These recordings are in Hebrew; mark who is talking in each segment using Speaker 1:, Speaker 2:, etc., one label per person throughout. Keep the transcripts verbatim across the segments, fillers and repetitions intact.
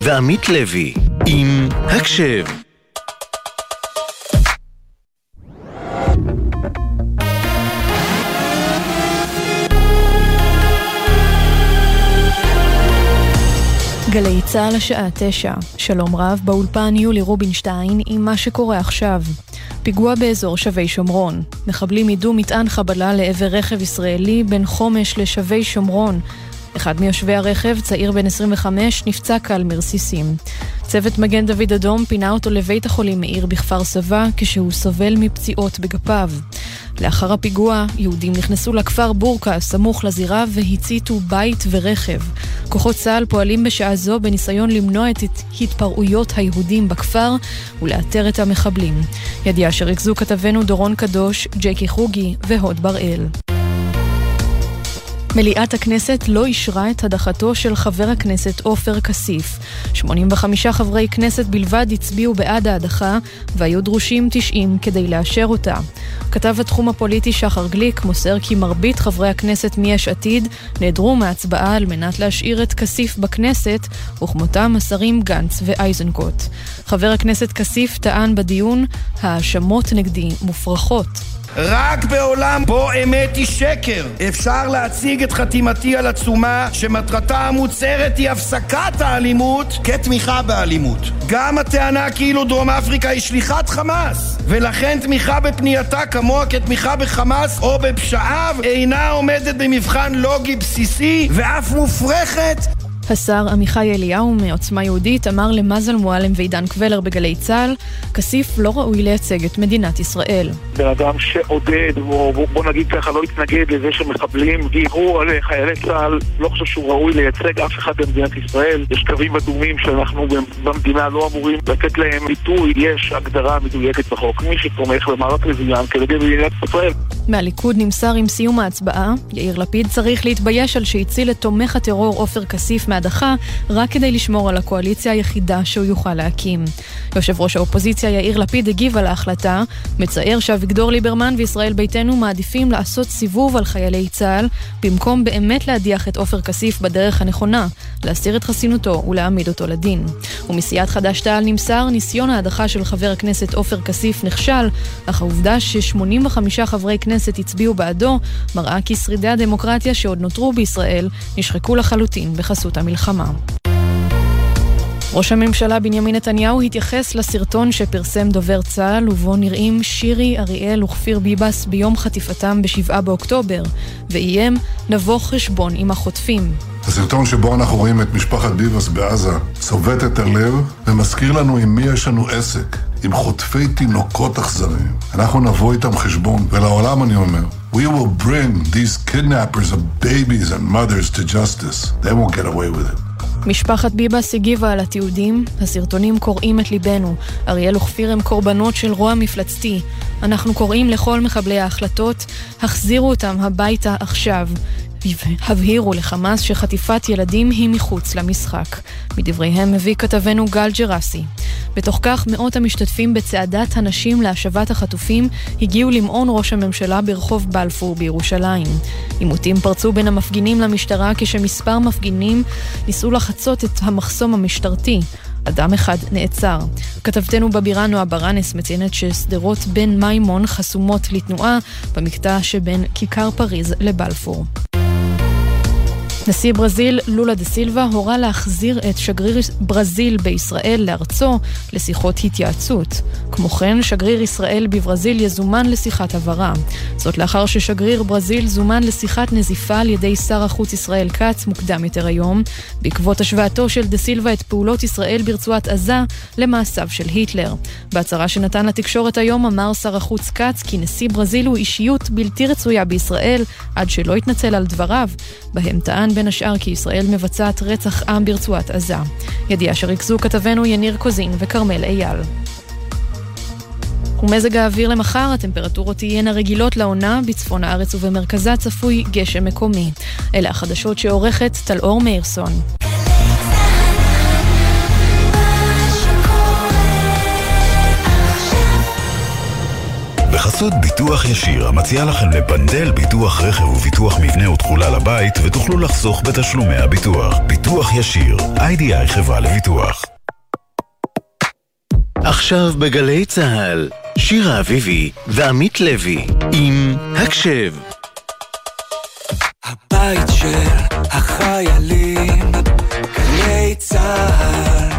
Speaker 1: ועמית לוי עם הקשב.
Speaker 2: גלי צהל השעה תשע. שלום רב, באולפן יולי רובינשטיין עם מה שקורה עכשיו. פיגוע באזור שבי שומרון. מחבלים ידעו מטען חבלה לעבר רכב ישראלי בין חומש לשבי שומרון. אחד מיושבי הרכב, צעיר בן עשרים וחמש, נפצע קל מרסיסים. צוות מגן דוד אדום פינה אותו לבית החולים מאיר בכפר סבא כשהוא סובל מפציעות בגפיו. לאחר הפיגוע, יהודים נכנסו לכפר בורקה סמוך לזירה והציתו בית ורכב. כוחות צה"ל פועלים בשעה זו בניסיון למנוע את התפרעויות היהודים בכפר ולאתר את המחבלים. ידיעה שריכזו כתבנו דורון קדוש, ג'קי חוגי והוד בראל. מליאת הכנסת לא אישרה את הדחתו של חבר הכנסת עופר כסיף. שמונים וחמישה חברי כנסת בלבד הצביעו בעד ההדחה, והיו דרושים תשעים כדי לאשר אותה. כתב התחום הפוליטי שחר גליק מוסר כי מרבית חברי הכנסת מיש עתיד נעדרו מההצבעה על מנת להשאיר את כסיף בכנסת, וכמותם השרים גנץ ואייזנקוט. חבר הכנסת כסיף טען בדיון, האשמות נגדי מופרכות.
Speaker 3: רק בעולם בו אמת היא שקר אפשר להציג את חתימתי על עצומה שמטרתה המוצהרת היא הפסקת האלימות כתמיכה באלימות. גם הטענה כאילו דרום אפריקה היא שליחת חמאס ולכן תמיכה בפנייתה כמוה כתמיכה בחמאס או בפשעיו אינה עומדת במבחן לוגי בסיסי ואף מופרכת.
Speaker 2: השר עמיחי אליהו מעוצמה יהודית אמר למזל מועלם ועידן קבלר בגלי צהל, כסיף לא ראוי לייצג את מדינת ישראל.
Speaker 4: בן אדם שעודד, או בוא נגיד ככה, לא יתנגד לזה שמחבלים וירו על חיילי צהל, לא חושב שהוא ראוי לייצג אף אחד במדינת ישראל. יש קווים אדומים שאנחנו במדינה לא אמורים לתת להם ביטוי, יש הגדרה מדויקת בחוק. מי שתומך במאבק מזוין כנגד מדינת ישראל.
Speaker 2: מהליכוד נמסר עם סיום ההצבעה, יאיר לפיד צריך להתבייש על שהציל את תומך הטרור עופר כסיף מהדחה, רק כדי לשמור על הקואליציה היחידה שהוא יוכל להקים. יושב ראש האופוזיציה יאיר לפיד הגיב על ההחלטה, מצער שאביגדור ליברמן וישראל ביתנו מעדיפים לעשות סיבוב על חיילי צה"ל, במקום באמת להדיח את עופר כסיף בדרך הנכונה, להסיר את חסינותו ולהעמיד אותו לדין. ומסיעת חד"ש תע"ל נמסר, ניסיון ההדחה של חבר הכנסת עופר כסיף נכשל, אך העובדה ש-שמונים וחמישה חברי כנסת הצביעו בעדו, מראה כי שרידי הדמוקרטיה שעוד נותרו בישראל נשחקו לחלוטין בחסות המלחמה. ראש הממשלה בנימין נתניהו התייחס לסרטון שפרסם דובר צה"ל ובו נראים שירי, אריאל וכפיר ביבס ביום חטיפתם בשבעה באוקטובר, ואיים נבוא חשבון עם החוטפים.
Speaker 5: הסרטון שבו אנחנו רואים את משפחת ביבס בעזה צובט את הלב ומזכיר לנו עם מי יש לנו עסק, עם חוטפי תינוקות אכזריים. אנחנו נבוא איתם חשבון, ולעולם אני אומר, we will bring these kidnappers of babies and mothers to justice. They won't get away with it.
Speaker 2: משפחת ביבס הגיבה על התיעודים, הסרטונים קוראים את ליבנו, אריאל וכפיר הם קורבנות של רוע מפלצתי, אנחנו קוראים לכל מקבלי ההחלטות, החזירו אותם הביתה עכשיו, הבהירו לחמאס שחטיפת ילדים היא מחוץ למשחק. מדבריהם מביא כתבנו גל ג'רסי. בתוך כך מאות המשתתפים בצעדת הנשים להשבת החטופים הגיעו למעון ראש הממשלה ברחוב בלפור בירושלים. עימותים פרצו בין המפגינים למשטרה כשמספר מפגינים ניסו לחצות את המחסום המשטרתי. אדם אחד נעצר. כתבתנו בבירה נועה ברנס מציינת שסדרות בין מימון חסומות לתנועה במקטע שבין כיכר פריז לבלפור. נשיא ברזיל לולה דה סילבה הורה להחזיר את שגריר ברזיל בישראל לארצו לשיחות התייעצות. כמו כן, שגריר ישראל בברזיל יזומן לשיחת עברה. זאת לאחר ששגריר ברזיל זומן לשיחת נזיפה על ידי שר החוץ ישראל קץ מוקדם יותר היום, בעקבות השוואתו של דה סילבה את פעולות ישראל ברצועת עזה למעשיו של היטלר. בהצהרה שנתן לתקשורת היום אמר שר החוץ קץ כי נשיא ברזיל הוא אישיות בלתי רצויה בישראל עד שלא יתנצל על דבריו, בהם טען בין השאר כי ישראל מבצעת רצח עם ברצועת עזה. ידיעה שריכזו כתבנו יניר קוזין וקרמל אייל. ומזג האוויר למחר, הטמפרטורות תהיינה רגילות לעונה, בצפון הארץ ובמרכזה צפוי גשם מקומי. אלה החדשות שעורכת טלאור מאירסון.
Speaker 6: בחסות ביטוח ישיר, המציע לכם לבנדל ביטוח רכב וביטוח מבנה ותכולה לבית, ותוכלו לחסוך בתשלומי הביטוח. ביטוח ישיר, איי די איי חברה לביטוח.
Speaker 1: עכשיו בגלי צהל, שירה אביבי ועמית לוי עם הקשב.
Speaker 7: הבית של החיילים, גלי צהל.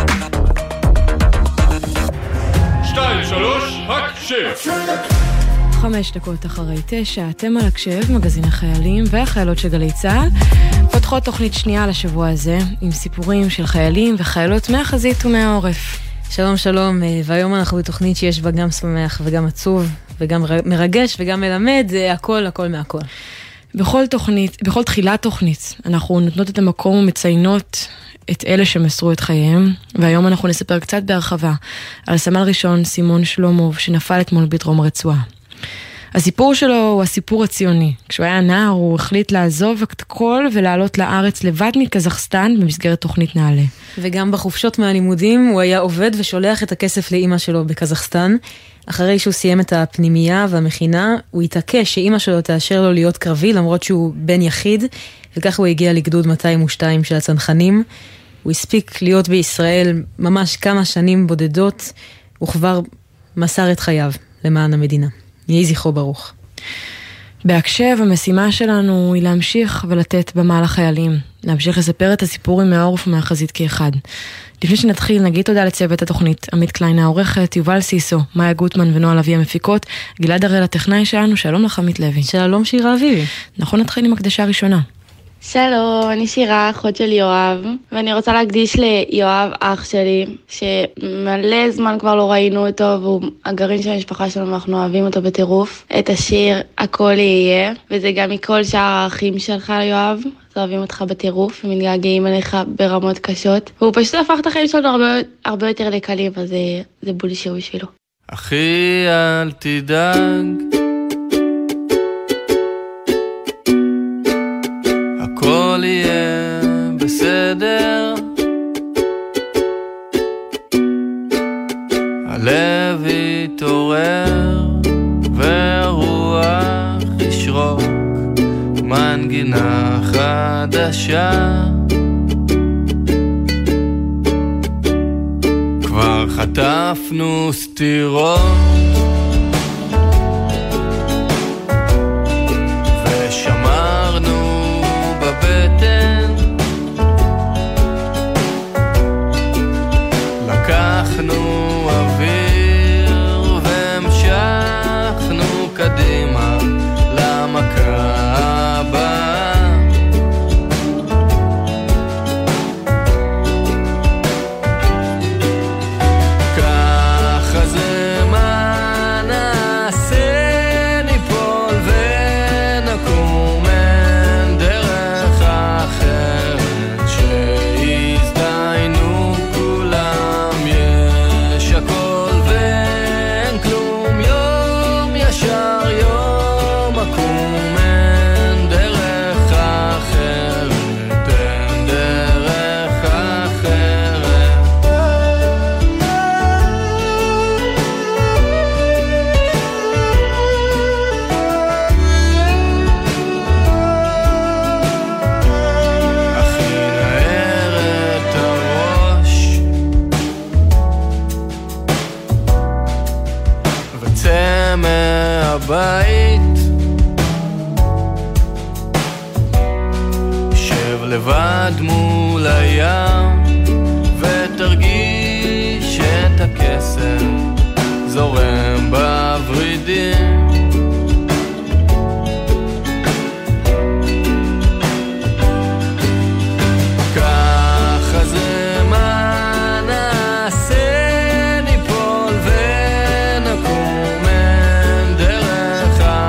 Speaker 8: שתיים, שלוש, הקשב.
Speaker 2: חמש דקות אחרי תשע, אתם על הקשב, מגזין החיילים והחיילות של גלי צהל. פותחות תוכנית שנייה לשבוע הזה, עם סיפורים של חיילים וחיילות מהחזית ומהעורף.
Speaker 9: שלום שלום, והיום אנחנו בתוכנית שיש בה גם שמח וגם עצוב וגם מרגש וגם מלמד, הכל הכל מהכל.
Speaker 2: בכל תוכנית, בכל תחילת תוכנית, אנחנו נותנות את המקום ומציינות את אלה שמסרו את חייהם, והיום אנחנו נספר קצת בהרחבה על סמל ראשון סימון שלומוב שנפל אתמול בדרום הרצועה. הסיפור שלו הוא הסיפור הציוני. כשהוא היה נער הוא החליט לעזוב את הכל ולעלות לארץ לבד מקזחסטן במסגרת תוכנית נעלה.
Speaker 9: וגם בחופשות מהלימודים הוא היה עובד ושולח את הכסף לאמא שלו בקזחסטן. אחרי שהוא סיים את הפנימייה והמכינה, הוא התעקש שאמא שלו תאשר לו להיות קרבי למרות שהוא בן יחיד, וכך הוא הגיע לגדוד מאתיים ושתיים של הצנחנים. הוא הספיק להיות בישראל ממש כמה שנים בודדות, וכבר מסר את חייו למען המדינה. יהי זכרו ברוך.
Speaker 2: בהקשב, המשימה שלנו היא להמשיך ולתת במה לחיילים, להמשיך לספר את הסיפורים מהעורף ומהחזית כאחד. לפני שנתחיל, נגיד תודה לצוות התוכנית, עמית קליין העורכת, יובל סיסו, מאיה גוטמן ונועה לוי המפיקות, גלעד הראל הטכנאי שלנו, שלום לך עמית לוי.
Speaker 9: שלום שירה אביבי.
Speaker 2: נכון, נתחיל עם הקדשה הראשונה.
Speaker 10: שלום, אני שירה, אחות של יואב, ואני רוצה להקדיש ליואב, אח שלי, שמלא זמן כבר לא ראינו אותו, והוא הגרעין של המשפחה שלנו, אנחנו אוהבים אותו בטירוף. את השיר הכל יהיה, וזה גם מכל שאר האחים שלך, יואב, אוהבים אותך בטירוף, ומתגעגעים עליך ברמות קשות, והוא פשוט הפך את החיים שלנו הרבה, הרבה יותר לקלים, אז זה, זה בול שיר בשבילו.
Speaker 11: אחי, אל תדאג, הכל יהיה בסדר, הלב יתעורר ורוח ישרוק, מנגינה חדשה, כבר חטפנו סתירות ושמרנו בבטן, לקחנו אוויר והמשכנו קדימה למכה הבאה. ככה זה מה נעשה, ניפול ונקום, אין דרך אחרת שהזדיינו כולם, יש הכל ואין כלום, יום ישר יום עקום, אין דרך אחרת, אין דרך אחרת. אחי נער את הראש וצא מהבית, שב לבד מול הים ותרגיש את הקסם זורם בוורידים. ככה זה מה נעשה, ניפול ונקום, אין דרך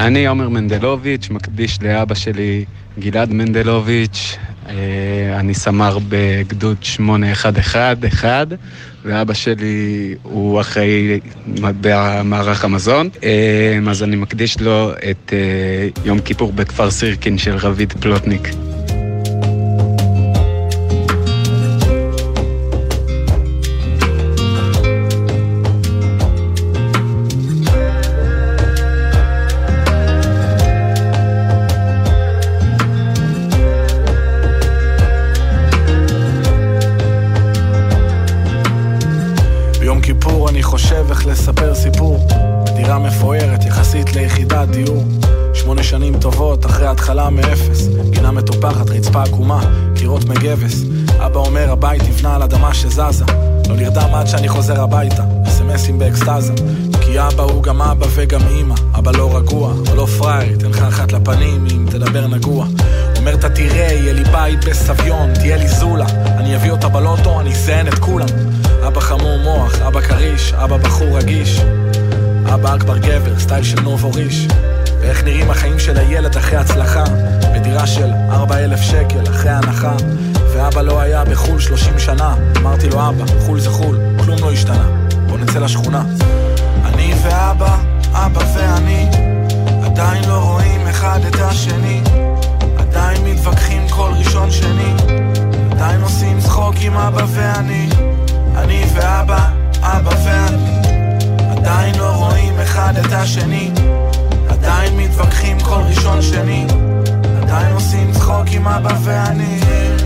Speaker 12: אני עומר מנדלוביץ', מקדיש לאבא שלי גלעד מנדלוביץ', אני סמ"ר בגדוד שמונה אחת אחת אחת, ואבא שלי הוא אחראי במערך המזון, אז אני מקדיש לו את יום כיפור בכפר סירקין של רביד פלוטניק.
Speaker 13: לספר סיפור, דירה מפוארת יחסית ליחידת דיור, שמונה שנים טובות אחרי התחלה מאפס, גינה מטופחת, רצפה עקומה, קירות מגבס. אבא אומר הבית נבנה על אדמה שזזה, לא נרדם עד שאני חוזר הביתה, אס-אמסים באקסטאזה, כי אבא הוא גם אבא וגם אמא. אבא לא רגוע, אבל לא פרייר, תן לך אחת לפנים אם תדבר נגוע. אומר אתה תראה, יהיה לי בית בסביון, תהיה לי זולה, אני אביא אותה בלוטו, אני זן את כולם. אבא חמור מוח, אבא קריש, אבא בחור רגיש, אבא אכבר גבר, סטייל של נובו ריש. ואיך נראים החיים של הילד אחרי הצלחה, בדירה של ארבע אלף שקל אחרי הנחה. ואבא לא היה בחול שלושים שנה, אמרתי לו אבא, חול זה חול, כלום לא השתנה, בוא נצא לשכונה. אני ואבא, אבא ואני, עדיין לא רואים אחד את השני, עדיין מתווכחים כל ראשון שני, עדיין עושים צחוק עם אבא ואני. אני ואבא, אבא ואני, עדיין לא רואים אחד את השני, עדיין מתווכחים כל ראשון שני, עדיין עושים צחוק עם אבא ואני.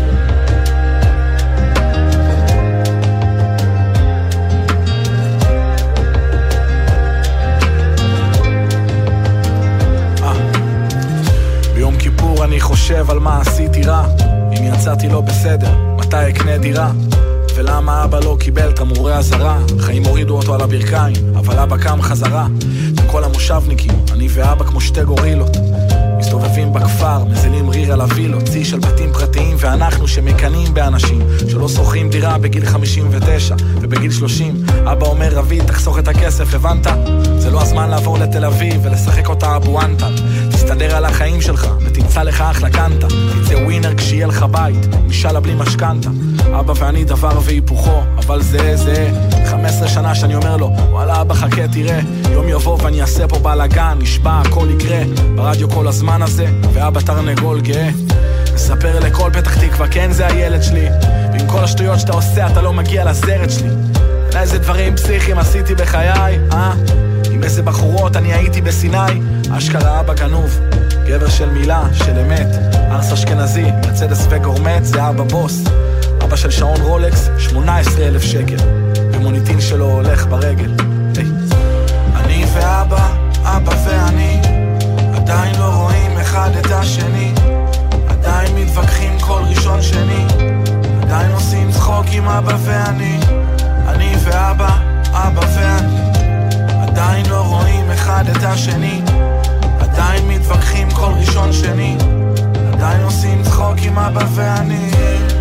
Speaker 13: ביום כיפור אני חושב על מה עשיתי רע, אם יצאתי לא בסדר, מתי אקנה דירה, ולמה אבא לא קיבל תמרורי הזרה. חיים הורידו אותו על הברכיים, אבל אבא קם חזרה. כל המושבניקים, אני ואבא כמו שתי גורילות, מסתובבים בכפר, מזינים ריר על הווילות, צי של בתים פרטיים, ואנחנו שמקנים באנשים שלא שוכרים דירה בגיל חמישים ותשע ובגיל שלושים. אבא אומר רביד, תחסוך את הכסף, הבנת? זה לא הזמן לעבור לתל אביב ולשחק אותה אבואנטה. תסתדר על החיים שלך ותמצא לך אחלה קנטה, תצא ווינר כשיהיה לך בית, משאלה בלי משכנתה. אבא ואני דבר והיפוכו, אבל זה זה חמש עשרה שנה שאני אומר לו וואלה אבא חכה תראה, יום יבוא ואני אעשה פה בלגן, נשבע הכל יקרה, ברדיו כל הזמן הזה ואבא תרנגול גאה, מספר לכל פתח תקווה כן זה הילד שלי, ועם כל השטויות שאתה עושה אתה לא מגיע לזרת שלי. איזה דברים פסיכיים עשיתי בחיי, אה? עם איזה בחורות אני הייתי בסיני, אשכרה אבא גנוב, גבר של מילה, של אמת, ארס אשכנזי, מרצדס וגורמט, זה אבא בוס. אבא של שעון רולקס, שמונה עשרה אלף שקל, ומוניטין שלו הולך ברגל. hey. אני ואבא, אבא ואני, עדיין לא רואים אחד את השני, עדיין מתווכחים כל ראשון שני, עדיין עושים צחוק עם אבא ואני. אני ואבא, אבא ואני, עדיין לא רואים אחד את השני, עדיין מתווכחים כל ראשון שני, עדיין עושים צחוק עם אבא ואני.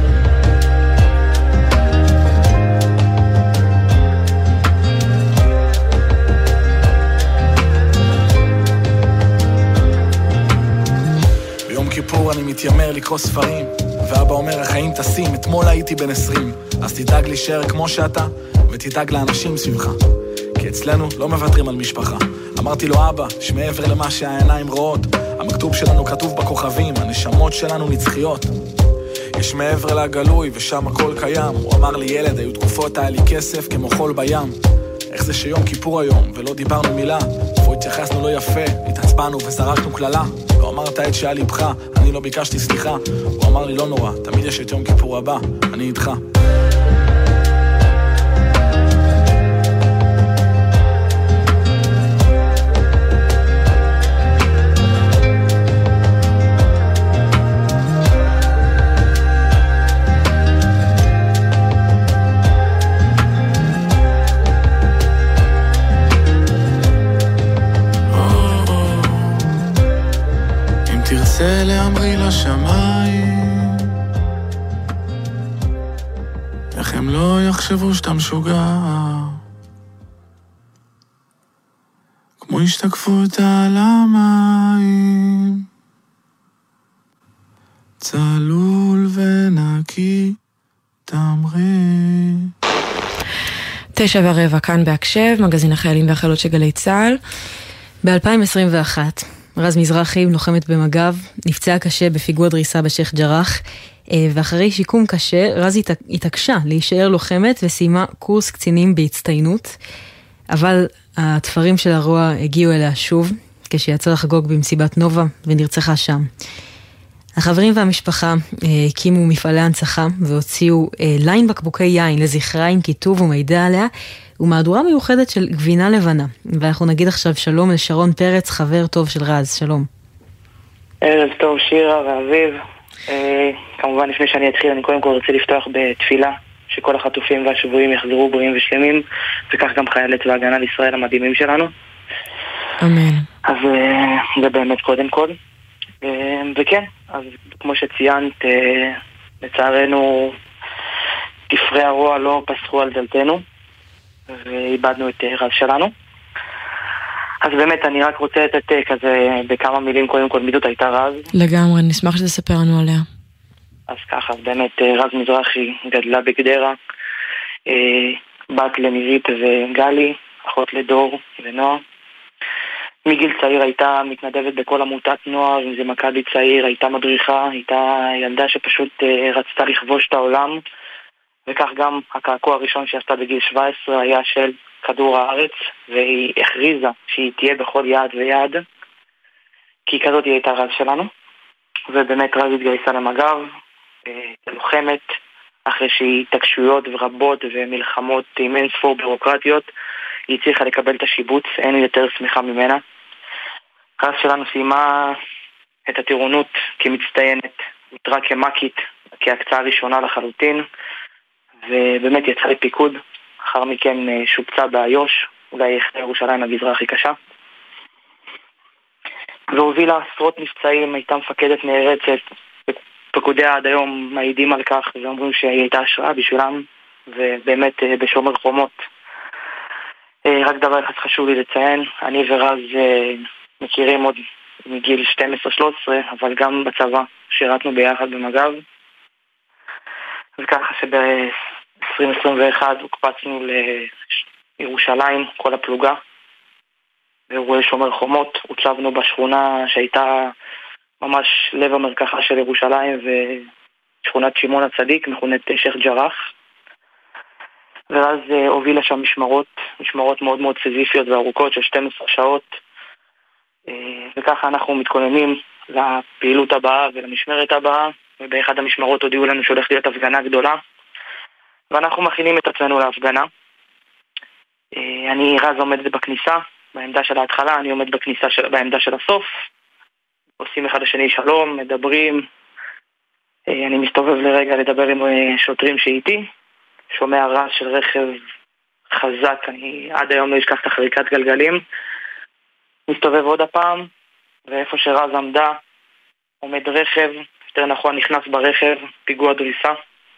Speaker 13: ביום כיפור אני מתיימר לקרוא ספרים, ואבא אומר החיים טסים, אתמול הייתי בן עשרים, אז תדאג להישאר כמו שאתה ותדאג לאנשים סביבך, כי אצלנו לא מוותרים על משפחה. אמרתי לו אבא, שמעבר למה שהעיניים רואות, המכתוב שלנו כתוב בכוכבים, הנשמות שלנו נצחיות, יש מעבר לגלוי ושם הכל קיים. הוא אמר לי ילד, היו תקופות היה לי כסף כמו חול בים, איך זה שיום כיפור היום ולא דיברנו מילה, פה התייחסנו לא יפה, התעצבנו וזרקנו כללה, לא אמרת את שהיה ליבך, אני לא ביקשתי סליחה. הוא אמר לי לא נורא, תמיד יש את יום כיפור הבא, אני איתך. תרצה להמריא לשמיים, איך הם לא יחשבו שאתה משוגע, כמו
Speaker 14: כמו השתקפות על המים, צלול ונקי תמרי.
Speaker 15: תשע ורבע כאן בהקשב, מגזין החיילים והחיילות של גלי צה"ל.
Speaker 9: ב-אלפיים עשרים ואחת רז מזרחי, לוחמת במג"ב, נפצעה קשה בפיגוע דריסה בשייח' ג'ראח, ואחרי שיקום קשה, רז התעקשה להישאר לוחמת וסיימה קורס קצינים בהצטיינות, אבל התפרים של הרוע הגיעו אליה שוב, כשיצא לחגוג במסיבת נובה ונרצחה שם. החברים והמשפחה הקימו מפעלי הנצחה והוציאו ליין בקבוקי יין לזכרה עם כיתוב ומידע עליה, ומהדורה מיוחדת של גבינה לבנה. ואנחנו נגיד עכשיו שלום לשרון פרץ, חבר טוב של רז. שלום.
Speaker 16: ערב טוב שירה ואביב. אה, כמובן לפני שאני אתחיל אני קודם כל רוצה לפתוח בתפילה שכל החטופים והשבויים יחזרו בריאים ושלמים, וכך גם חיילי צבא ההגנה לישראל המדהימים שלנו.
Speaker 15: אמן.
Speaker 16: אז אה, זה באמת קודם כל. אה, וכן, אז כמו שציינת, אה, לצערנו תפרי הרוע לא פסחו על דלתנו ואיבדנו את רז שלנו. אז באמת אני רק רוצה לתת כזה בכמה מילים, קודם כל מידות הייתה רז.
Speaker 15: לגמרי, נשמח שתספר לנו עליה.
Speaker 16: אז ככה, באמת רז מזרחי גדלה בגדרה, בת לנירית וגלי, אחות לדור ונועה. מגיל צעיר הייתה מתנדבת בכל עמותת נוער, אם זה מכבי צעיר, הייתה מדריכה, הייתה ילדה שפשוט רצתה לכבוש את העולם, וכך גם הקעקוע הראשון שעשתה בגיל שבע עשרה היה של כדור הארץ, והיא הכריזה שהיא תהיה בכל יעד ויעד, כי כזאת היא הייתה רז שלנו. ובאמת רז התגייסה למג"ב, לוחמת, אחרי שהיא התעקשויות ורבות ומלחמות עם אין ספור בירוקרטיות, היא הצליחה לקבל את השיבוץ, אין יותר שמחה ממנה. רז שלנו סיימה את הטירונות כמצטיינת, הותרה כמקית, כהקצאה ראשונה לחלוטין, ובאמת יצא לפיקוד. אחר מכן שופצה באיו"ש, אולי אחרי ירושלים הגזרה הכי קשה, והובילה עשרות מבצעים, הייתה מפקדת נערצת. פקודיה עד היום מעידים על כך ואומרים שהיא הייתה השראה בשבילם, ובאמת בשומר חומות. רק דבר אחד חשוב לי לציין, אני ורז מכירים עוד מגיל שתים עשרה שלוש עשרה, אבל גם בצבא שירתנו ביחד במג"ב, וככה שב-עשרים עשרים ואחת הוקפצנו לירושלים, כל הפלוגה, ואירועי שומר חומות, הוצבנו בשכונה שהייתה ממש לב המרקחה של ירושלים, ושכונת שמעון הצדיק, מכונת שייח' ג'ראח, ואז הובילה שם משמרות, משמרות מאוד מאוד סיזיפיות וארוכות של שתים עשרה שעות, וככה אנחנו מתכוננים לפעילות הבאה ולמשמרת הבאה, ובאחד המשמרות הודיעו לנו שהולך להיות הפגנה גדולה, ואנחנו מכינים את עצמנו להפגנה. אני רז עומד בכניסה, בעמדה של ההתחלה, אני עומד בכניסה של, בעמדה של הסוף, עושים אחד השני שלום, מדברים, אני מסתובב לרגע לדבר עם שוטרים שאיתי, שומע רעש של רכב חזק, אני עד היום לא אשכח את החריקת גלגלים, מסתובב עוד הפעם, ואיפה שרז עמדה, עומד רכב, יותר נכון נכנס ברכב, פיגוע דריסה.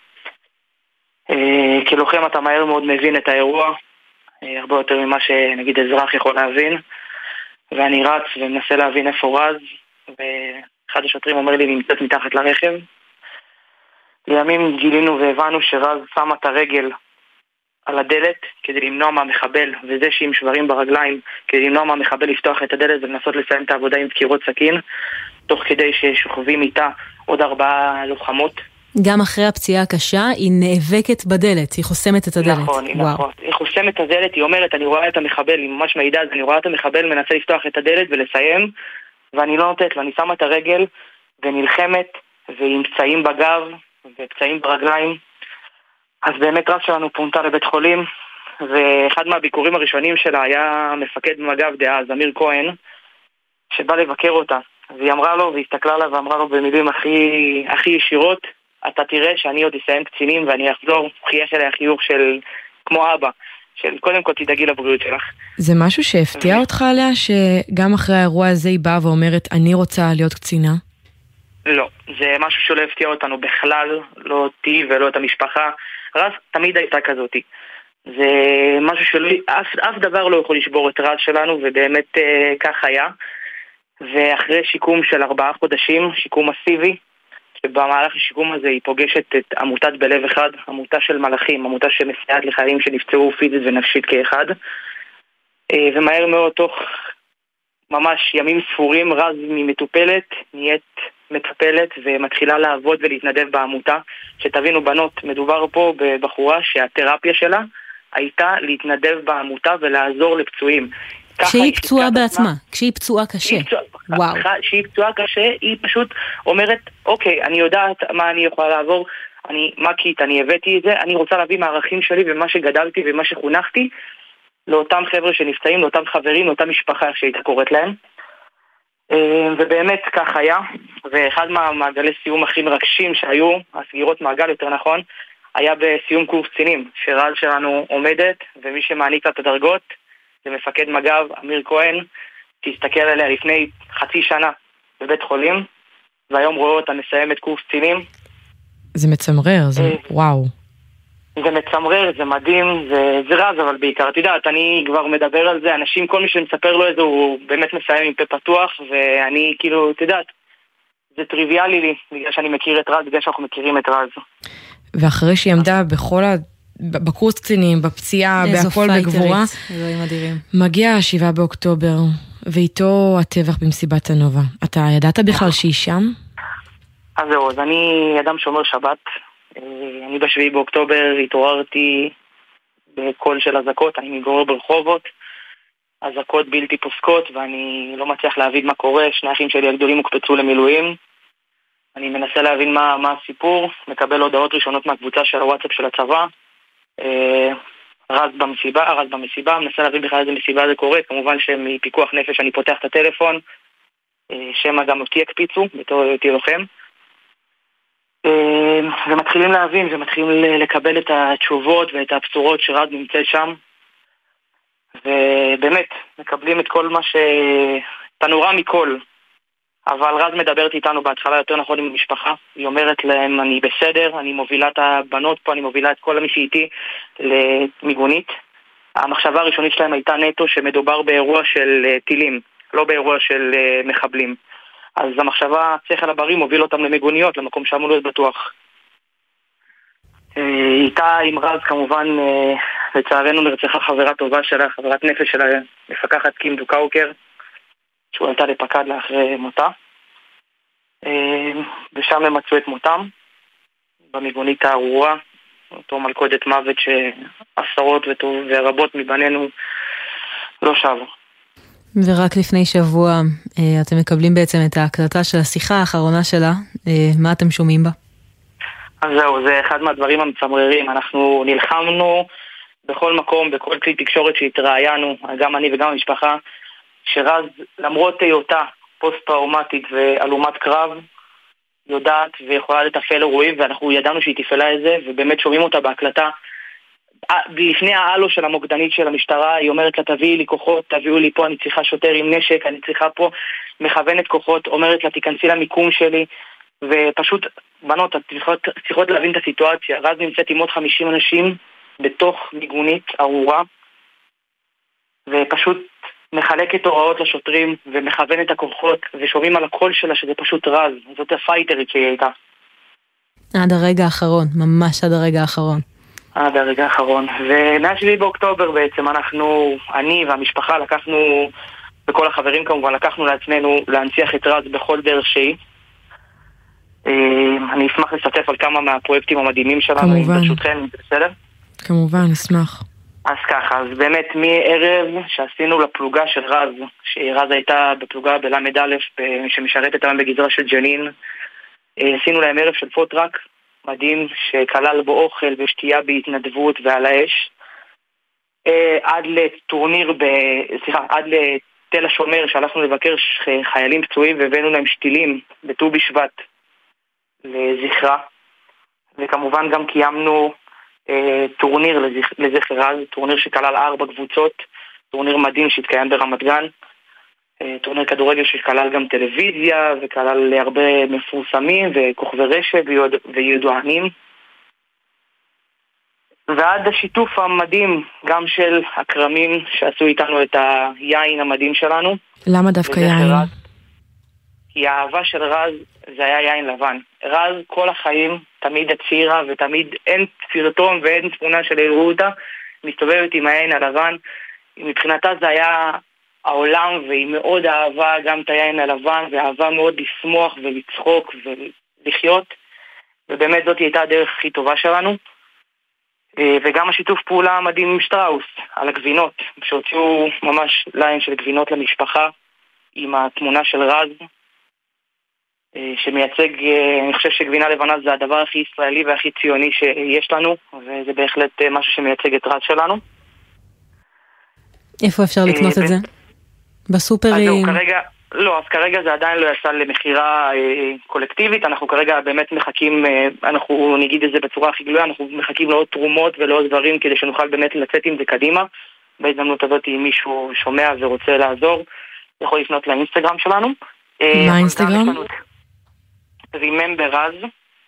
Speaker 16: כלוחם אתה מהר מאוד מבין את האירוע, הרבה יותר ממה שנגיד אזרח יכול להבין, ואני רץ ומנסה להבין איפה רז, ואחד השוטרים אומר לי נמצאת מתחת לרכב. לימים גילינו והבנו שרז שמה את הרגל על הדלת כדי למנוע מהמחבל, וזה שעם שברים ברגליים כדי למנוע מהמחבל לפתוח את הדלת ולנסות לסיים את העבודה עם דקירות סכין, תוך כדי ששוכבים איתה עוד ארבעה לוחמות.
Speaker 9: גם אחרי הפציעה הקשה היא נאבקת בדלת, היא חוסמת את הדלת.
Speaker 16: נכון, נכון. היא חוסמת את הדלת, היא אומרת אני רואה את המחבל, היא ממש מעידה, אני רואה את המחבל מנסה לפתוח את הדלת ולסיים, ואני לא נותנת, ואני שמה את הרגל ונלחמת, ועם פצעים בגב ופצעים ברגליים. אז באמת רז שלנו פונתה לבית חולים, ואחד מהביקורים הראשונים שלה היה מפקד מג"ב דאז, אמיר כהן, שבא לבקר אותה, והיא אמרה לו, והסתכלה לה ואמרה לו במילים הכי, הכי ישירות, אתה תראה שאני עוד אסיים קצינים ואני אחזור, חייך אליה חיוך של כמו אבא, של קודם כל תדאגי לבריאות שלך.
Speaker 15: זה משהו שהפתיע ו... אותך עליה, שגם אחרי האירוע הזה היא באה ואומרת, אני רוצה להיות קצינה?
Speaker 16: לא, זה משהו שלא הפתיע אותנו בכלל, לא אותי ולא את המשפחה. רז תמיד הייתה כזאתי. זה משהו שאף אף דבר לא יכול לשבור את רז שלנו, ובאמת אה, כך היה. ואחרי שיקום של ארבעה חודשים, שיקום מסיבי, שבמהלך השיקום הזה היא פוגשת את עמותת בלב אחד, עמותה של מלאכים, עמותה שמסייעת לחיילים שנפצעו פיזית ונפשית כאחד. אה, ומהר מאוד תוך ממש ימים ספורים, רז ממטופלת נהיית מטפלת ומתחילה לעבוד ולהתנדב בעמותה. שתבינו בנות, מדובר פה בבחורה שהתרפיה שלה הייתה להתנדב בעמותה ולעזור לפצועים.
Speaker 9: כשהיא פצועה בעצמה, כשהיא פצועה קשה. וואו.
Speaker 16: כשהיא פצועה קשה, היא פשוט אומרת, אוקיי, אני יודעת מה אני יכולה לעבור, אני מקית, אני הבאתי את זה, אני רוצה להביא מהערכים שלי ומה שגדלתי ומה שחונכתי, לאותם חבר'ה שנפצעים, לאותם חברים, לאותם משפחה שהייתה קוראת להם. ובאמת כך היה, ואחד מהמעגלי סיום הכי מרגשים שהיו, הסגירות מעגל יותר נכון, היה בסיום קורס קצינים, שרז שלנו עומדת, ומי שמעניק את הדרגות זה מפקד מג"ב אמיר כהן, שהסתכל עליה לפני חצי שנה בבית חולים, והיום רואה אותה מסיימת קורס קצינים.
Speaker 15: זה מצמרר, זה וואו.
Speaker 16: זה מצמרר, זה מדהים, זה, זה רז, אבל בעיקר, תדעת, אני כבר מדבר על זה, אנשים, כל מי שמספר לו איזה, הוא באמת מסיים עם פה פתוח, ואני כאילו, תדעת, זה טריוויאלי לי, בגלל שאני מכיר את רז, בגלל שאנחנו מכירים את רז.
Speaker 15: ואחרי שהיא עמדה בכל ה... בקורס קצינים, בפציעה, בהכל בגבורה, מגיע השבעה באוקטובר, ואיתו הטבח במסיבת הנובה. אתה ידעת בכלל שהיא שם?
Speaker 16: אז זהו, אז אני אדם שומר שבת. אני בשביעי באוקטובר התעוררתי בקול של אזעקות, אני מתגורר ברחובות, אזעקות בלתי פוסקות, ואני לא מצליח להבין מה קורה. שני אחים שלי הגדולים הוקפצו למילואים. אני מנסה להבין מה, מה הסיפור, מקבל הודעות ראשונות מהקבוצה של הוואטסאפ של הצבא. רז במסיבה, רז במסיבה, מנסה להבין בכלל איזה מסיבה זה קורה. כמובן שמפיקוח נפש אני פותח את הטלפון, שמה גם אותי הקפיצו, בתור אותי לוחם. ומתחילים להבין ומתחילים לקבל את התשובות ואת הבשורות שרז נמצא שם. ובאמת, מקבלים את כל מה ש... תנורה מכל. אבל רז מדברת איתנו בהתחלה יותר נכון עם המשפחה. היא אומרת להם, אני בסדר, אני מובילה את הבנות פה, אני מובילה את כל מי שאיתי למיגונית. המחשבה הראשונית שלהם הייתה נטו שמדובר באירוע של טילים, לא באירוע של מחבלים. אז המחשבה, שכל הבריא מוביל אותם למיגוניות, למקום שאמור להיות בטוח. איתה עם רז כמובן, לצערנו נרצחה חברה טובה שלה, חברת נפש שלה, מפקחת קים דוקאוקר, שהוא עלתה לפקד לאחרי מותה. ושם הם מצאו את מותם, במיגונית הארורה, אותו מלכודת מוות שעשרות ורבות מבנינו לא שבו.
Speaker 9: ורק לפני שבוע אתם מקבלים בעצם את ההקלטה של השיחה האחרונה שלה, מה אתם שומעים בה?
Speaker 16: אז זהו, זה אחד מהדברים המצמררים. אנחנו נלחמנו בכל מקום, בכל כלי תקשורת שהתראיינו, גם אני וגם המשפחה, שרז, למרות היותה פוסט-טראומטית ואלומת קרב, יודעת ויכולה לתפעל אירועים, ואנחנו ידענו שהיא תפעלה את זה, ובאמת שומעים אותה בהקלטה. לפני העלו של המוקדנית של המשטרה, היא אומרת לה, תביאי לי כוחות, תביאו לי פה, אני צריכה שוטר עם נשק, אני צריכה פה, מכוונת כוחות, אומרת לה, תיכנסי למיקום שלי, ופשוט, בנות, צריכות, צריכות להבין את הסיטואציה. רז נמצאת עם עוד חמישים אנשים, בתוך מיגונית ארורה, ופשוט מחלקת הוראות לשוטרים, ומכוון את הכוחות, ושומעים על הקול שלה שזה פשוט רז, זאת הפייטרית שהיא הייתה.
Speaker 9: עד הרגע האחרון, ממש עד הרגע האחרון.
Speaker 16: עד הרגע האחרון. ומהשביעי באוקטובר בעצם אנחנו, אני והמשפחה לקחנו, וכל החברים כמובן, לקחנו לעצמנו להנציח את רז בכל דרך שהיא. אני אשמח לשתף על כמה מהפרויקטים המדהימים שלנו,
Speaker 15: כמובן.
Speaker 16: ברשותכם, בסדר?
Speaker 15: כמובן, אשמח.
Speaker 16: אז ככה, אז באמת מערב שעשינו לפלוגה של רז, שרז הייתה בפלוגה בלמד א' שמשרתת היום בגזרה של ג'נין, עשינו להם ערב של פוטרק מדהים שכלל בו אוכל ושתייה בהתנדבות ועל האש, עד לטורניר, ב... סליחה, עד לתל השומר שהלכנו לבקר חיילים פצועים והבאנו להם שתילים בט"ו בשבט לזכרה, וכמובן גם קיימנו טורניר לזכר רז, טורניר שכלל ארבע קבוצות, טורניר מדהים שהתקיים ברמת גן, טורניר כדורגל שכלל גם טלוויזיה וכלל הרבה מפורסמים וכוכבי רשת וידוענים. ועד השיתוף המדהים גם של הקרמים שעשו איתנו את היין המדהים שלנו.
Speaker 15: למה דווקא יין?
Speaker 16: רז, כי האהבה של רז זה היה יין לבן. רז כל החיים תמיד הצהירה ותמיד אין סרטון ואין תמונה של הראו אותה מסתובבת עם היין הלבן. מבחינתה זה היה העולם, והיא מאוד אהבה גם את היין הלבן, ואהבה מאוד לשמוח ולצחוק ולחיות, ובאמת זאת הייתה הדרך הכי טובה שלנו. וגם השיתוף פעולה המדהים עם שטראוס על הגבינות, שהוציאו ממש ליין של גבינות למשפחה עם התמונה של רז, שמייצג, אני חושב שגבינה לבנה זה הדבר הכי ישראלי והכי ציוני שיש לנו, וזה בהחלט משהו שמייצג את רז שלנו.
Speaker 9: איפה אפשר לקנות את זה? בסופרים?
Speaker 16: אז כרגע, לא, אז כרגע זה עדיין לא יצא למחירה אה, קולקטיבית, אנחנו כרגע באמת מחכים, אה, אנחנו נגיד את זה בצורה הכי גלויה, אנחנו מחכים לעוד תרומות ולעוד דברים כדי שנוכל באמת לצאת עם זה קדימה. בהזדמנות הזאת אם מישהו שומע ורוצה לעזור, יכול לפנות לאינסטגרם שלנו.
Speaker 15: מה האינסטגרם?
Speaker 16: Remember Raz.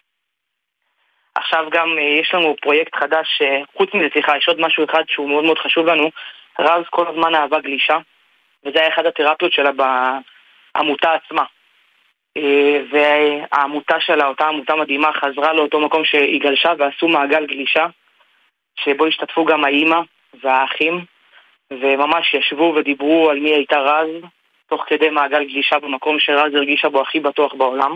Speaker 16: עכשיו גם אה, יש לנו פרויקט חדש, אה, חוץ מזה, סליחה, יש עוד משהו אחד שהוא מאוד מאוד חשוב לנו. רז כל הזמן אהבה גלישה, וזה היה אחד התרפיות שלה בעמותה עצמה. והעמותה שלה, אותה עמותה מדהימה, חזרה לאותו מקום שהיא גלשה, ועשו מעגל גלישה, שבו השתתפו גם האימא והאחים, וממש ישבו ודיברו על מי הייתה רז, תוך כדי מעגל גלישה במקום שרז הרגישה בו הכי בטוח בעולם.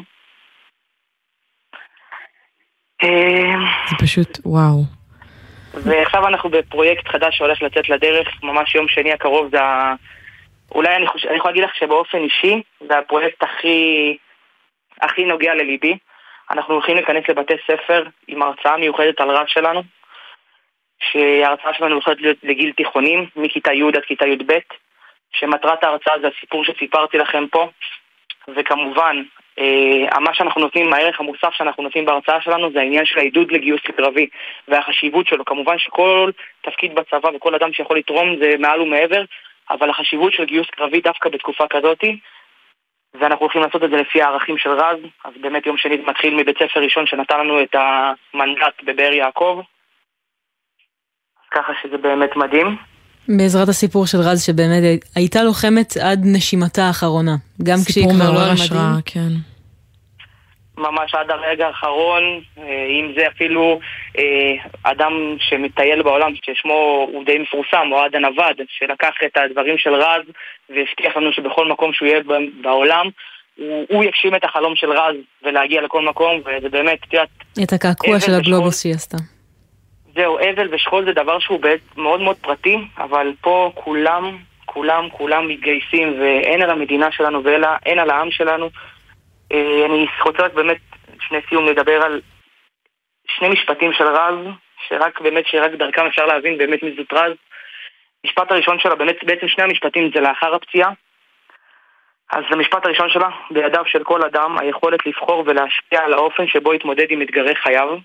Speaker 15: זה פשוט וואו.
Speaker 16: ועכשיו אנחנו בפרויקט חדש שהולך לצאת לדרך, ממש יום שני הקרוב, זה ה... אולי אני, חוש... אני יכול להגיד לך שבאופן אישי, זה הפרויקט הכי, הכי נוגע לליבי. אנחנו הולכים להיכנס לבתי ספר עם הרצאה מיוחדת על רז שלנו, שההרצאה שלנו הולכת להיות לגיל תיכונים, מכיתה י' עד כיתה י' ב', שמטרת ההרצאה זה הסיפור שסיפרתי לכם פה, וכמובן, אה, מה שאנחנו נותנים, הערך המוסף שאנחנו נותנים בהרצאה שלנו, זה העניין של העידוד לגיוס קרבי, והחשיבות שלו. כמובן שכל תפקיד בצבא וכל אדם שיכול לתרום זה מעל ומעבר, אבל החשיבות של גיוס קרבי דווקא בתקופה כזאת, ואנחנו הולכים לעשות את זה לפי הערכים של רז. אז באמת יום שני מתחיל מבית ספר ראשון שנתן לנו את המנדט בבאר יעקב, אז ככה שזה באמת מדהים.
Speaker 9: בעזרת הסיפור של רז שבאמת הייתה לוחמת עד נשימתה האחרונה, גם כשהיא כבר לא על מדים.
Speaker 15: כן.
Speaker 16: ממש עד הרגע האחרון, אם זה אפילו אדם שמטייל בעולם ששמו הוא די מפורסם, אוהד הנווד, שלקח את הדברים של רז והבטיח לנו שבכל מקום שהוא יהיה בעולם הוא, הוא יגשים את החלום של רז ולהגיע לכל מקום, וזה באמת
Speaker 9: את הקעקוע של הגלובוס שהיא עשתה.
Speaker 16: זהו, אבל ושכול זה דבר שהוא מאוד מאוד פרטי, אבל פה כולם, כולם, כולם מתגייסים, ואין על המדינה שלנו ואין על העם שלנו. אני רוצה רק באמת, שני סיום, לדבר על שני משפטים של רז, שרק באמת, שרק דרכם אפשר להבין באמת מי זאת רז. משפט הראשון שלה, באמת, בעצם שני המשפטים זה לאחר הפציעה. אז המשפט הראשון שלה, בידיו של כל אדם, היכולת לבחור ולהשפיע על האופן שבו יתמודד עם אתגרי חייו.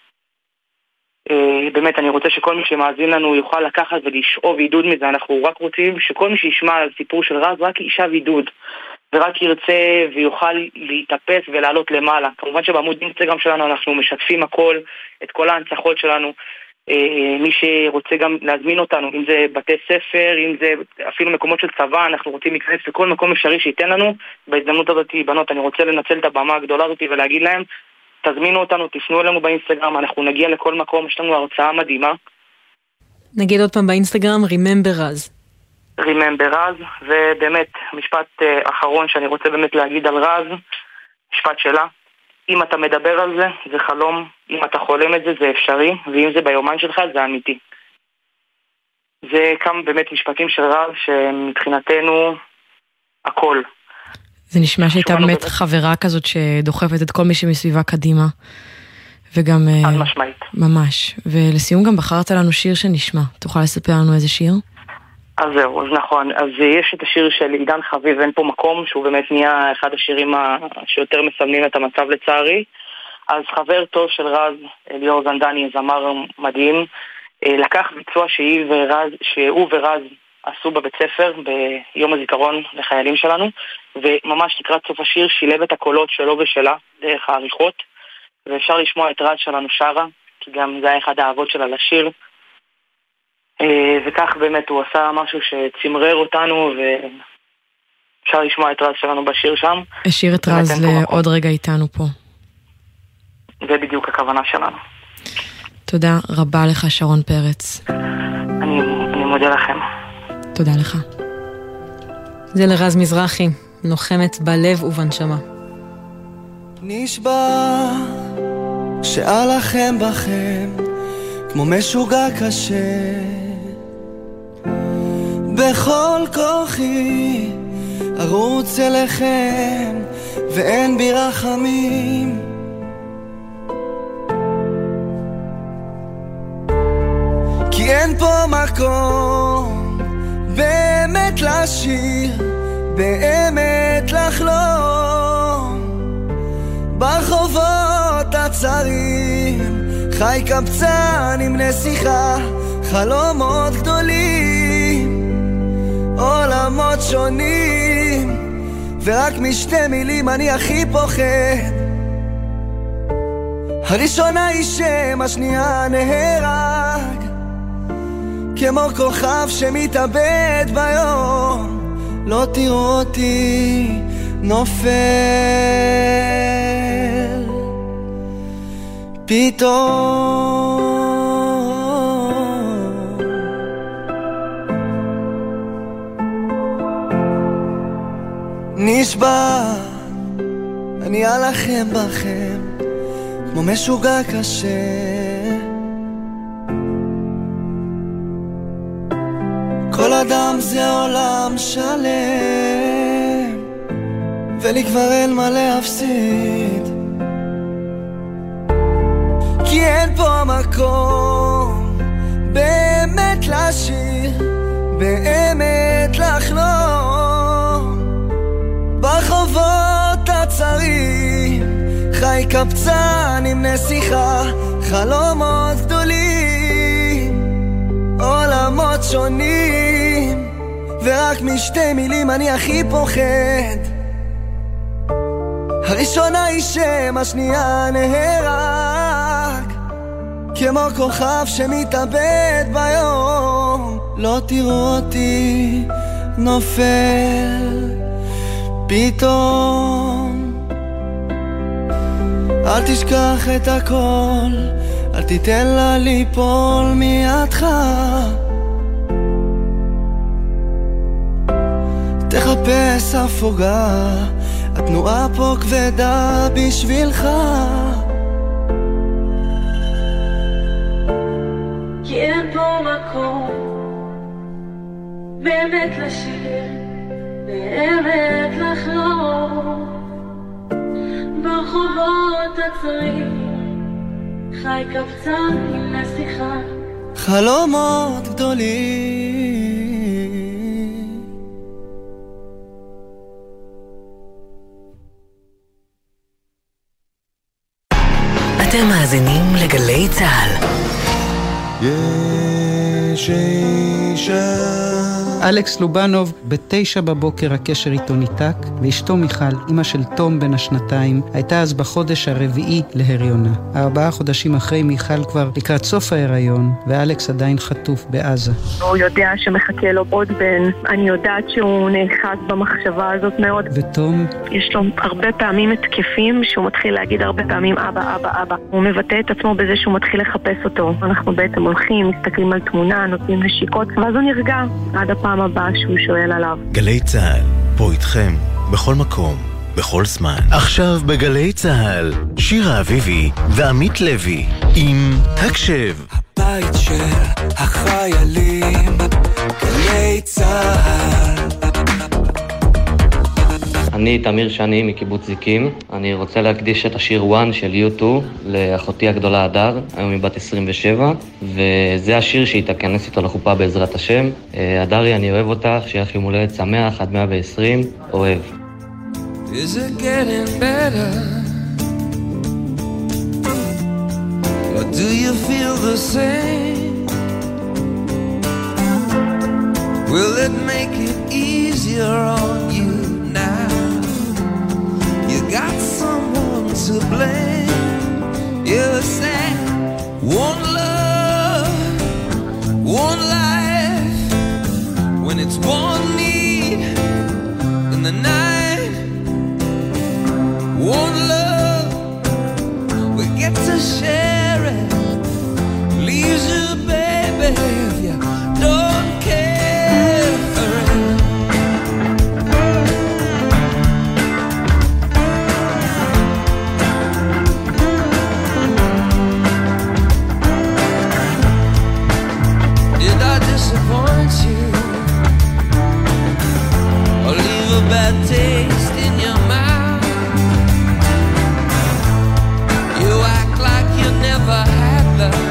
Speaker 16: באמת אני רוצה שכל מי שמאזין לנו יוכל לקחת ולשאוב עידוד מזה. אנחנו רק רוצים שכל מי שישמע על סיפור של רז רק ישאב עידוד ורק ירצה ויוכל להתאפס ולעלות למעלה. כמובן שבעמוד אינסטגרם שלנו אנחנו משתפים הכל, את כל ההנצחות שלנו. מי שרוצה גם להזמין אותנו, אם זה בתי ספר, אם זה אפילו מקומות של צבא, אנחנו רוצים להיכנס לכל מקום אפשרי שייתן לנו. בהזדמנות הזאת, בנות, אני רוצה לנצל את הבמה הגדולה הזאת ולהגיד להם, תזמינו אותנו, תפנו אלינו באינסטגרם, אנחנו נגיע לכל מקום, יש לנו הרצאה מדהימה.
Speaker 9: נגיד עוד פעם באינסטגרם, Remember Raz.
Speaker 16: Remember Raz, ובאמת, משפט אחרון שאני רוצה באמת להגיד על רז, משפט שלה, אם אתה מדבר על זה, זה חלום, אם אתה חולם את זה, זה אפשרי, ואם זה ביומן שלך, זה אמיתי. זה כמה באמת משפטים של רז, שמבחינתנו, הכל.
Speaker 15: זה נשמע שהייתה באמת חברה כזאת שדוחפת את כל מי שמסביבה קדימה. וגם...
Speaker 16: עד משמעית.
Speaker 15: ממש. ולסיום גם בחרת לנו שיר שנשמע. תוכל לספר לנו איזה שיר?
Speaker 16: אז זהו, אז נכון. אז יש את השיר של עידן חביב, אין פה מקום, שהוא באמת נהיה אחד השירים שיותר מסמנים את המצב לצערי. אז חבר טוב של רז, ליאור זנדני, זמר מדהים, לקח ביצוע שהיא ורז, שהוא ורז עשו בבית ספר ביום הזיכרון לחיילים שלנו, וממש לקראת סוף השיר שילב את הקולות שלו ושלה דרך העריכות, ואפשר לשמוע את רז שלנו שרה, כי גם זה היה אחד האהבות שלה לשיר. וכך באמת הוא עשה משהו שצמרר אותנו, ואפשר לשמוע את רז שלנו בשיר שם.
Speaker 15: השאיר את רז לעוד רגע איתנו פה.
Speaker 16: זה בדיוק הכוונה שלנו.
Speaker 15: תודה רבה לך שרון פרץ.
Speaker 16: אני, אני מודה לכם.
Speaker 15: תודה לך. זה לרז מזרחי, לוחמת בלב ובנשמה.
Speaker 17: נשבע שאלחם בכם כמו משוגע קשה, בכל כוחי ארוץ אליכם ואין בי רחמים, כי אין פה מקום באמת לשיר, באמת לחלום ברחובות הצרים, חי קבצן עם נסיכה, חלומות גדולים, עולמות שונים, ורק משתי מילים אני הכי פוחד. הראשונה היא שם, השנייה נהרג, כמו כוכב שמתאבד ביום, לא תראו אותי נופל פתאום. נשבע אני אלחם בכם כמו משוגע קשה, כל אדם זה עולם שלם, ולי כבר אין מה להפסיד, כי אין פה מקום באמת לשיר, באמת לחלום ברחובות הצרים, חי קבצן עם נסיכה, חלומות גדולים, עולמות שונים, ורק משתי מילים אני הכי פוחד. הראשונה היא שם, השנייה נהרג, כמו כוכב שמתאבד ביום, לא תראו אותי נופל פתאום. אל תשכח את הכל, אל תיתן לה ליפול מידך, תחפש הפוגה, התנועה פה כבדה בשבילך,
Speaker 18: כי אין פה מקום באמת לשיר, באמת לחלום ברחובות הצרים, חי קבצן עם נסיכה,
Speaker 17: חלומות גדולים.
Speaker 1: אתם מאזינים לגלי צהל.
Speaker 14: יש אישה.
Speaker 19: אלכס לובנוב, בתשע בבוקר הקשר איתו ניתק, ואשתו מיכל, אמא של תום בן השנתיים, הייתה אז בחודש הרביעי להריונה. ארבעה חודשים אחרי מיכל כבר לקראת סוף ההיריון, ואלכס עדיין חטוף בעזה.
Speaker 20: הוא יודע שמחכה לו עוד בן, אני יודעת שהוא נאחז במחשבה הזאת מאוד.
Speaker 19: ותום?
Speaker 20: יש לו הרבה פעמים התקפים שהוא מתחיל להגיד הרבה פעמים אבא, אבא, אבא. הוא מבטא את עצמו בזה שהוא מתחיל לחפש אותו. אנחנו בעצם הולכים, מסתכלים על תמונה, נותנים נשיקות, ואז הוא נרגע עד הפעם הבאה שהוא שואל עליו.
Speaker 1: גלי צהל, פה איתכם, בכל מקום, בכל זמן. עכשיו בגלי צהל, שירה אביבי ועמית לוי עם הקשב.
Speaker 7: הבית של החיילים, גלי צהל.
Speaker 21: אני תמיר שני מקיבוץ זיקים. אני רוצה להקדיש את השיר וואן של יוטו לאחותי הגדולה הדר, היום היא בת עשרים ושבע, וזה השיר שהיא תכנס איתו לחופה בעזרת השם. הדרי, אני אוהב אותך, שיהיה לך יום הולדת שמח עד מאה ועשרים, אוהב.
Speaker 7: Is it getting better? Or do you feel the same? Will it make it easier on you now? You got someone to blame. You say disappoint you or leave a bad taste in your mouth. You act like you never had love,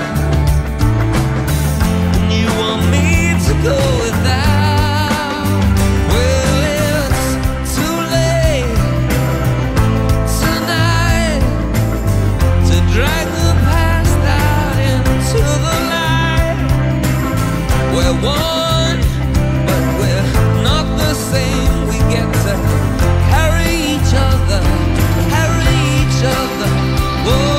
Speaker 7: and you want me to go without. Well, it's too late tonight to drag the past out into the light. We're one, but we're not the same. We get to carry each other, carry each other. Whoa.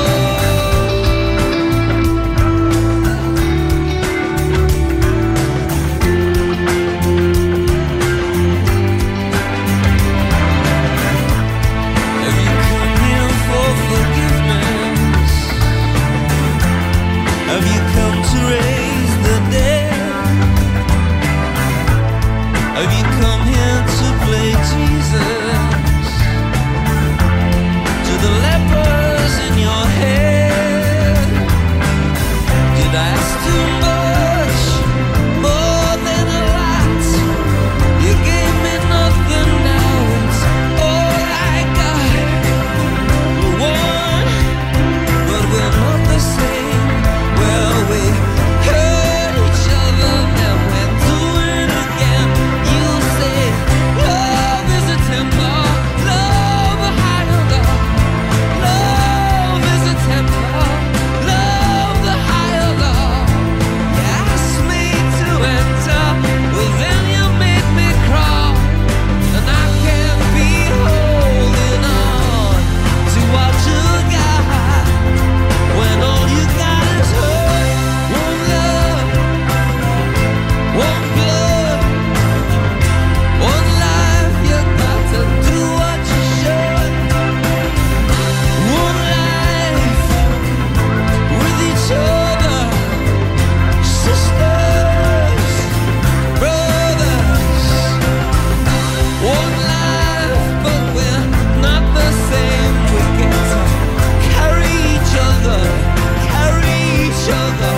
Speaker 7: Have you come here for forgiveness? Have you come to raise the dead? Have you come here to play Jesus to the lepers in your head? Did I ask too much, more than a lot? You gave me nothing, now it's all I got. We're one, but we're not the same. Well, we hurt each other, then we're doing it again. You say love is a temper, love a higher love. Love is a temper, love the higher love. You asked me to enter, well then you made me crawl, and I can't be holding on to what you got when all you got is hurt. One love, one blood, one life. You got to do what you should. One life with each other, sisters, brothers. One life, but we're not the same. We get to carry each other, carry each other.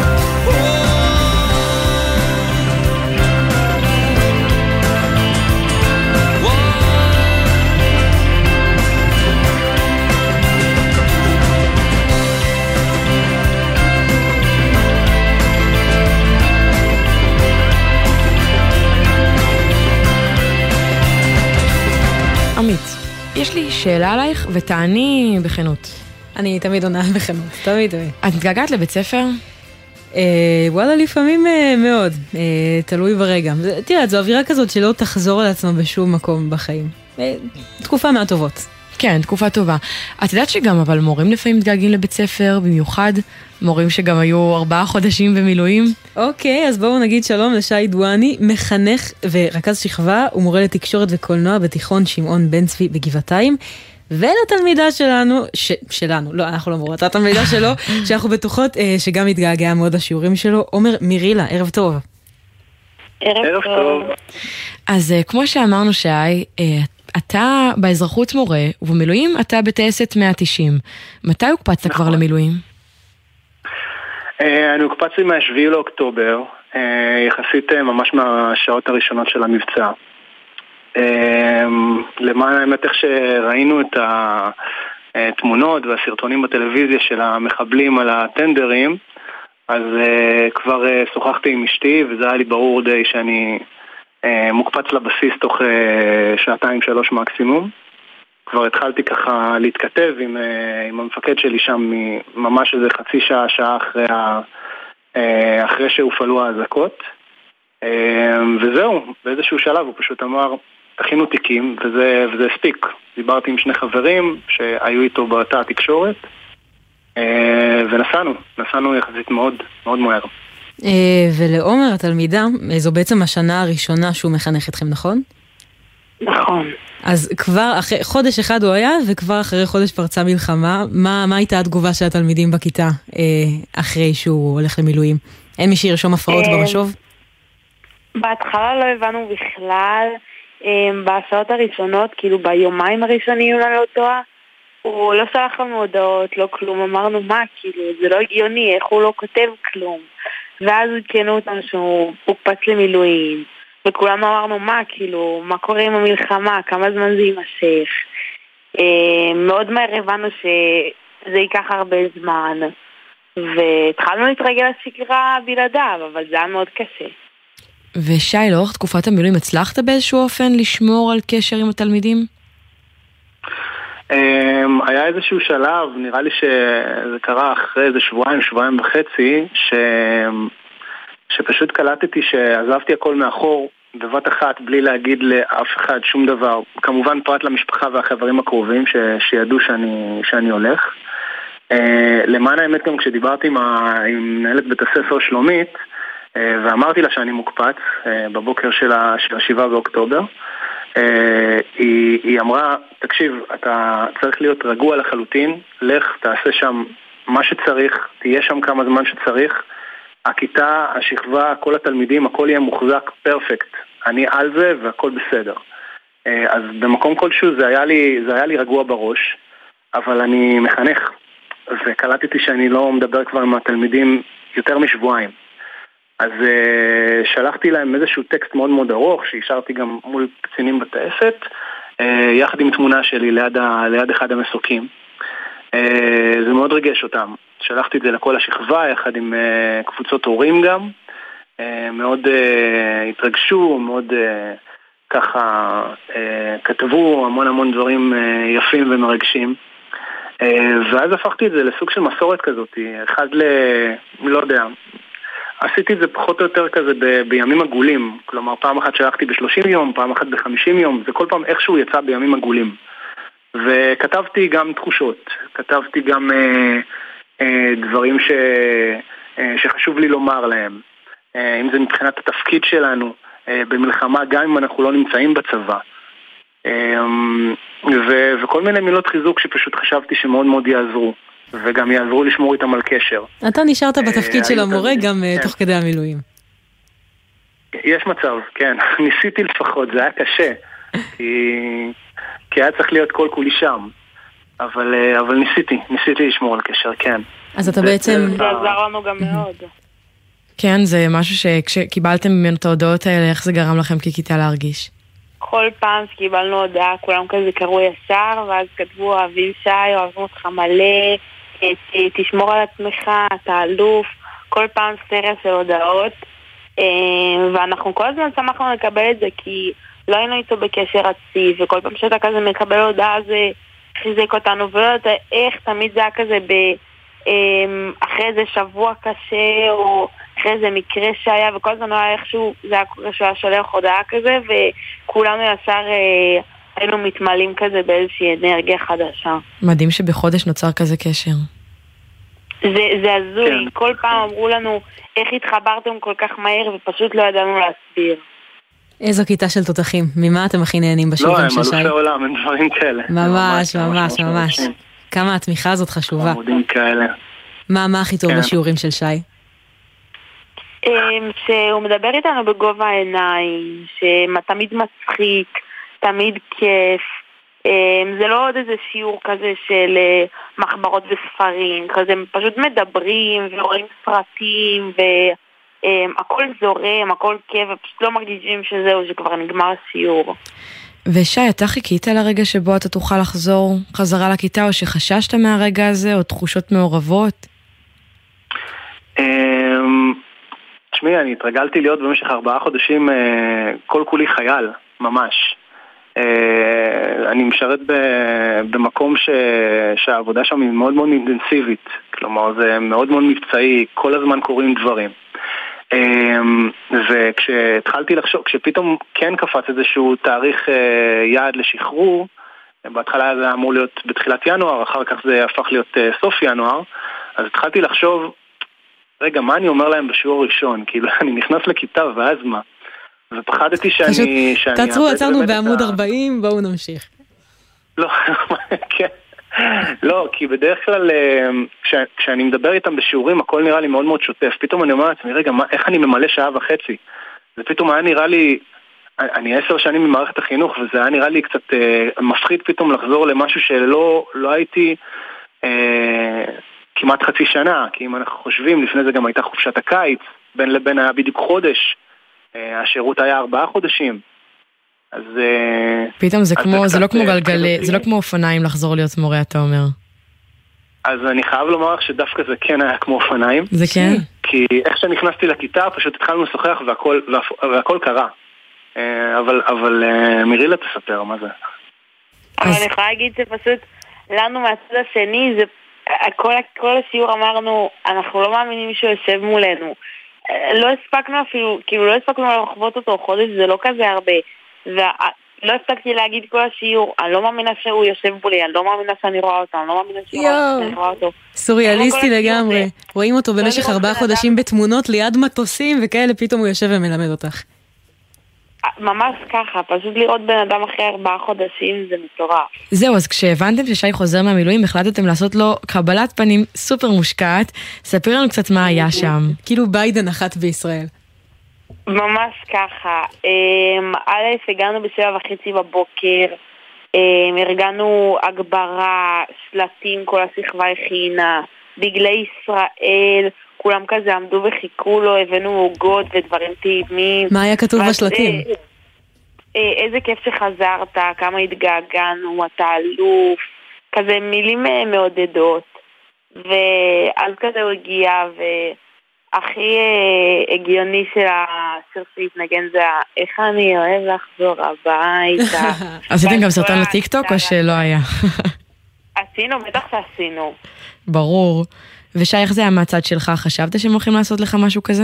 Speaker 15: עמית, יש לי שאלה עלייך ותעני בכנות.
Speaker 9: אני תמיד עונה בכנות, תמיד תמיד.
Speaker 15: את מתגעגעת לבית ספר?
Speaker 9: אה, וואלה, לפעמים אה, מאוד, אה, תלוי ברגע. תראה, זו אווירה כזאת שלא תחזור על עצמה בשום מקום בחיים. אה, תקופה מהטובות.
Speaker 15: כן, תקופה טובה. את יודעת שגם אבל מורים לפעמים מתגעגעים לבית ספר, במיוחד מורים שגם היו ארבעה חודשים במילואים.
Speaker 9: אוקיי, אז בואו נגיד שלום לשי דואני, מחנך ורכז שכבה ומורה לתקשורת וקולנוע בתיכון שמעון בן צבי בגבעתיים, ולתלמידה שלנו, ש, שלנו, לא, אנחנו לא מורות, התלמידה שלו, שאנחנו בטוחות אה, שגם מתגעגעה מאוד השיעורים שלו, עומר מירילה, ערב טוב.
Speaker 16: ערב טוב.
Speaker 15: אז אה, כמו שאמרנו שי, אה, אתה באזרחות מורה, ובמילואים אתה בטייסת מאה תשעים. מתי הוקפצת כבר למילואים?
Speaker 3: אני הוקפצתי מהשביעי לאוקטובר, יחסית ממש מהשעות הראשונות של המבצע. למען האמת, איך שראינו את התמונות והסרטונים בטלוויזיה של המחבלים על הטנדרים, אז כבר שוחחתי עם אשתי, וזה היה לי ברור די שאני מוקפץ לבסיס תוך שעתיים שלוש מקסימום. כבר התחלתי ככה להתכתב עם, עם המפקד שלי שם ממש איזה חצי שעה, שעה אחרי, ה, אחרי שהופעלו האזעקות. וזהו, באיזשהו שלב הוא פשוט אמר, תכינו תיקים, וזה, וזה הספיק. דיברתי עם שני חברים שהיו איתו באותה התקשורת, ונסענו, נסענו יחסית מאוד, מאוד מהר.
Speaker 9: ולעומר התלמידה, זו בעצם השנה הראשונה שהוא מחנך אתכם, נכון?
Speaker 20: נכון.
Speaker 9: אז כבר אחרי חודש אחד הוא היה, וכבר אחרי חודש פרצה מלחמה. מה, מה הייתה התגובה של התלמידים בכיתה אחרי שהוא הולך למילואים? אין מי שירשום הפרעות במשוב?
Speaker 20: בהתחלה לא הבנו בכלל, בהסעות הראשונות, כאילו ביומיים הראשונים על אותה, הוא לא שלח לנו הודעות, לא כלום, אמרנו מה, כאילו, זה לא הגיוני, איך הוא לא כותב כלום. ואז עדכנו אותנו שהוא הוקפץ למילואים, וכולנו אמרנו מה, כאילו, מה קורה עם המלחמה, כמה זמן זה יימשך. מאוד מהר הבנו שזה ייקח הרבה זמן, והתחלנו להתרגל לשגרה בלעדיו, אבל זה היה מאוד קשה.
Speaker 15: ושי, לאורך תקופת המילואים הצלחת באיזשהו אופן לשמור על קשר עם התלמידים?
Speaker 3: היה איזשהו שלב, נראה לי שזה קרה אחרי איזה שבועיים, שבועיים וחצי, ש... שפשוט קלטתי שעזבתי הכל מאחור בבת אחת בלי להגיד לאף אחד שום דבר, כמובן פרט למשפחה והחברים הקרובים ש... שידעו שאני, שאני הולך. למען האמת גם כשדיברתי עם, ה... עם מנהלת בית הספר שלומית, ואמרתי לה שאני מוקפץ בבוקר של השבעה באוקטובר, היא, היא אמרה, תקשיב, אתה צריך להיות רגוע לחלוטין, לך, תעשה שם מה שצריך, תהיה שם כמה זמן שצריך, הכיתה, השכבה, כל התלמידים, הכל יהיה מוחזק פרפקט, אני על זה והכל בסדר. אז במקום כלשהו זה היה לי, זה היה לי רגוע בראש, אבל אני מחנך, וקלטתי שאני לא מדבר כבר עם התלמידים יותר משבועיים. אז uh, שלחתי להם איזשהו טקסט מאוד מאוד ארוך, שהשארתי גם מול קצינים בטייסת, uh, יחד עם תמונה שלי ליד, ה, ליד אחד המסוקים. Uh, זה מאוד ריגש אותם. שלחתי את זה לכל השכבה, יחד עם uh, קבוצות הורים גם. Uh, מאוד uh, התרגשו, מאוד uh, ככה uh, כתבו המון המון דברים uh, יפים ומרגשים. Uh, ואז הפכתי את זה לסוג של מסורת כזאת, אחד ל... לא יודע... עשיתי את זה פחות או יותר כזה ב- בימים עגולים, כלומר פעם אחת שלחתי ב-שלושים יום, פעם אחת ב-חמישים יום, זה כל פעם איכשהו יצא בימים עגולים. וכתבתי גם תחושות, כתבתי גם אה, אה, דברים ש, אה, שחשוב לי לומר להם. אה, אם זה מבחינת התפקיד שלנו אה, במלחמה, גם אם אנחנו לא נמצאים בצבא. אה, ו- וכל מיני מילות חיזוק שפשוט חשבתי שמאוד מאוד יעזרו. וגם יעזרו לשמור איתם על קשר.
Speaker 9: אתה נשארת בתפקיד של המורה גם תוך כדי המילואים.
Speaker 3: יש מצב, כן. ניסיתי לפחות, זה היה קשה. כי היה צריך להיות כל כולי שם. אבל ניסיתי, ניסיתי לשמור על קשר, כן.
Speaker 9: אז אתה בעצם...
Speaker 20: זה עזר לנו גם מאוד.
Speaker 15: כן, זה משהו שכשקיבלתם ממנו את ההודעות האלה, איך זה גרם לכם ככיתה להרגיש?
Speaker 20: כל פעם שקיבלנו הודעה, כולם כזה קראו ישר, ואז כתבו, אוהבים שי, אוהבים אותך מלא, תשמור על עצמך, אתה אלוף, כל פעם סריה של הודעות, ואנחנו כל הזמן שמחנו לקבל את זה, כי לא היינו איתו בקשר רציף, וכל פעם שאתה כזה מקבל הודעה, זה חיזק אותנו, ולא יודעת איך תמיד זה היה כזה ב... אחרי איזה שבוע קשה, או אחרי איזה מקרה שהיה, וכל הזמן היה איכשהו, זה היה קורה שהוא היה שולח הודעה כזה, וכולנו ישר היינו מתמלאים כזה באיזושהי אנרגיה חדשה.
Speaker 15: מדהים שבחודש נוצר כזה קשר.
Speaker 20: זה, זה הזוי, כן. כל פעם אמרו לנו איך התחברתם כל כך מהר, ופשוט לא ידענו להסביר.
Speaker 9: איזו כיתה של תותחים, ממה אתם הכי נהנים בשיעורים של שי?
Speaker 3: לא, הם אלופי עולם, הם דברים כאלה.
Speaker 9: ממש, ממש, ממש. כמה התמיכה הזאת חשובה.
Speaker 3: עמודים כאלה.
Speaker 9: מה, מה הכי טוב בשיעורים של שי?
Speaker 20: שהוא מדבר איתנו בגובה העיניים, שתמיד מצחיק, תמיד כיף. זה לא עוד איזה שיעור כזה של מחברות וספרים, כזה הם פשוט מדברים ורואים סרטים והכל זורם, הכל כיף, ופשוט לא מרגישים שזהו, שכבר נגמר השיעור.
Speaker 15: ושי, אתה חיכית לרגע שבו אתה תוכל לחזור חזרה לכיתה, או שחששת מהרגע הזה, או תחושות מעורבות?
Speaker 3: תשמעי, אני התרגלתי להיות במשך ארבעה חודשים כל כולי חייל, ממש. אני משרת במקום שהעבודה שם היא מאוד מאוד אינטנסיבית, כלומר זה מאוד מאוד מבצעי, כל הזמן קורים דברים. וכשהתחלתי לחשוב, כשפתאום כן קפץ איזשהו תאריך יעד לשחרור, בהתחלה זה אמור להיות בתחילת ינואר, אחר כך זה הפך להיות סוף ינואר, אז התחלתי לחשוב, רגע, מה אני אומר להם בשיעור הראשון? כאילו, אני נכנס לכיתה ואז מה? ופחדתי שאני...
Speaker 9: פשוט, תעצרו, עצרנו בעמוד ארבעים, בואו נמשיך.
Speaker 3: לא, כן. לא, כי בדרך כלל כש, כשאני מדבר איתם בשיעורים הכל נראה לי מאוד מאוד שוטף. פתאום אני אומר לעצמי, רגע, מה, איך אני ממלא שעה וחצי? זה פתאום היה נראה לי, אני עשר שנים ממערכת החינוך, וזה היה נראה לי קצת אה, מפחיד פתאום לחזור למשהו שלא לא הייתי אה, כמעט חצי שנה, כי אם אנחנו חושבים, לפני זה גם הייתה חופשת הקיץ בין לבין היה בדיוק חודש, השירות היה ארבעה חודשים. אז...
Speaker 15: פתאום זה כמו, זה לא כמו גלגלי, זה לא כמו אופניים לחזור להיות מורה, אתה אומר.
Speaker 3: אז אני חייב לומר שדווקא זה כן היה כמו אופניים.
Speaker 15: זה כן?
Speaker 3: כי איך שנכנסתי לכיתה, פשוט התחלנו לשוחח והכל, והכל קרה. אבל, אבל מירילה תספר מה זה.
Speaker 20: אבל אני יכולה להגיד שפשוט לנו מהצד השני, זה, כל, כל השיעור אמרנו, אנחנו לא מאמינים שהוא יושב מולנו. לא הספקנו אפילו, כאילו לא הספקנו לחוות אותו חודש, זה לא כזה הרבה. ולא הספקתי להגיד כל השיעור, אני לא מאמינה שהוא יושב מולי, אני לא מאמינה שאני רואה אותו, אני לא מאמינה שאני רואה אותו.
Speaker 9: סוריאליסטי לגמרי. רואים אותו במשך ארבעה חודשים בתמונות ליד מטוסים, וכאלה פתאום הוא יושב ומלמד אותך.
Speaker 20: ממש ככה, פשוט לראות בן אדם אחרי ארבעה חודשים זה מטורף.
Speaker 15: זהו, אז כשהבנתם ששי חוזר מהמילואים, החלטתם לעשות לו קבלת פנים סופר מושקעת. ספר לנו קצת מה היה שם.
Speaker 9: כאילו ביידן אחת בישראל.
Speaker 20: ממש ככה. א', הגענו בשבע וחצי בבוקר, ארגנו הגברה, שלטים, כל השכבה הכינה, דגלי ישראל, כולם כזה עמדו וחיכו לו, הבאנו עוגות ודברים טעימים.
Speaker 9: מה היה כתוב בשלטים?
Speaker 20: איזה כיף שחזרת, כמה התגעגענו, אתה אלוף, כזה מילים מעודדות. ואז כזה הוא הגיע, והכי הגיוני של השיר שהתנגן זה איך אני אוהב לחזור הביתה.
Speaker 15: עשיתם גם סרטון לטיקטוק או שלא היה?
Speaker 20: עשינו, בטח שעשינו.
Speaker 15: ברור. ושי, איך זה היה מהצד שלך? חשבת שהם הולכים לעשות לך משהו כזה?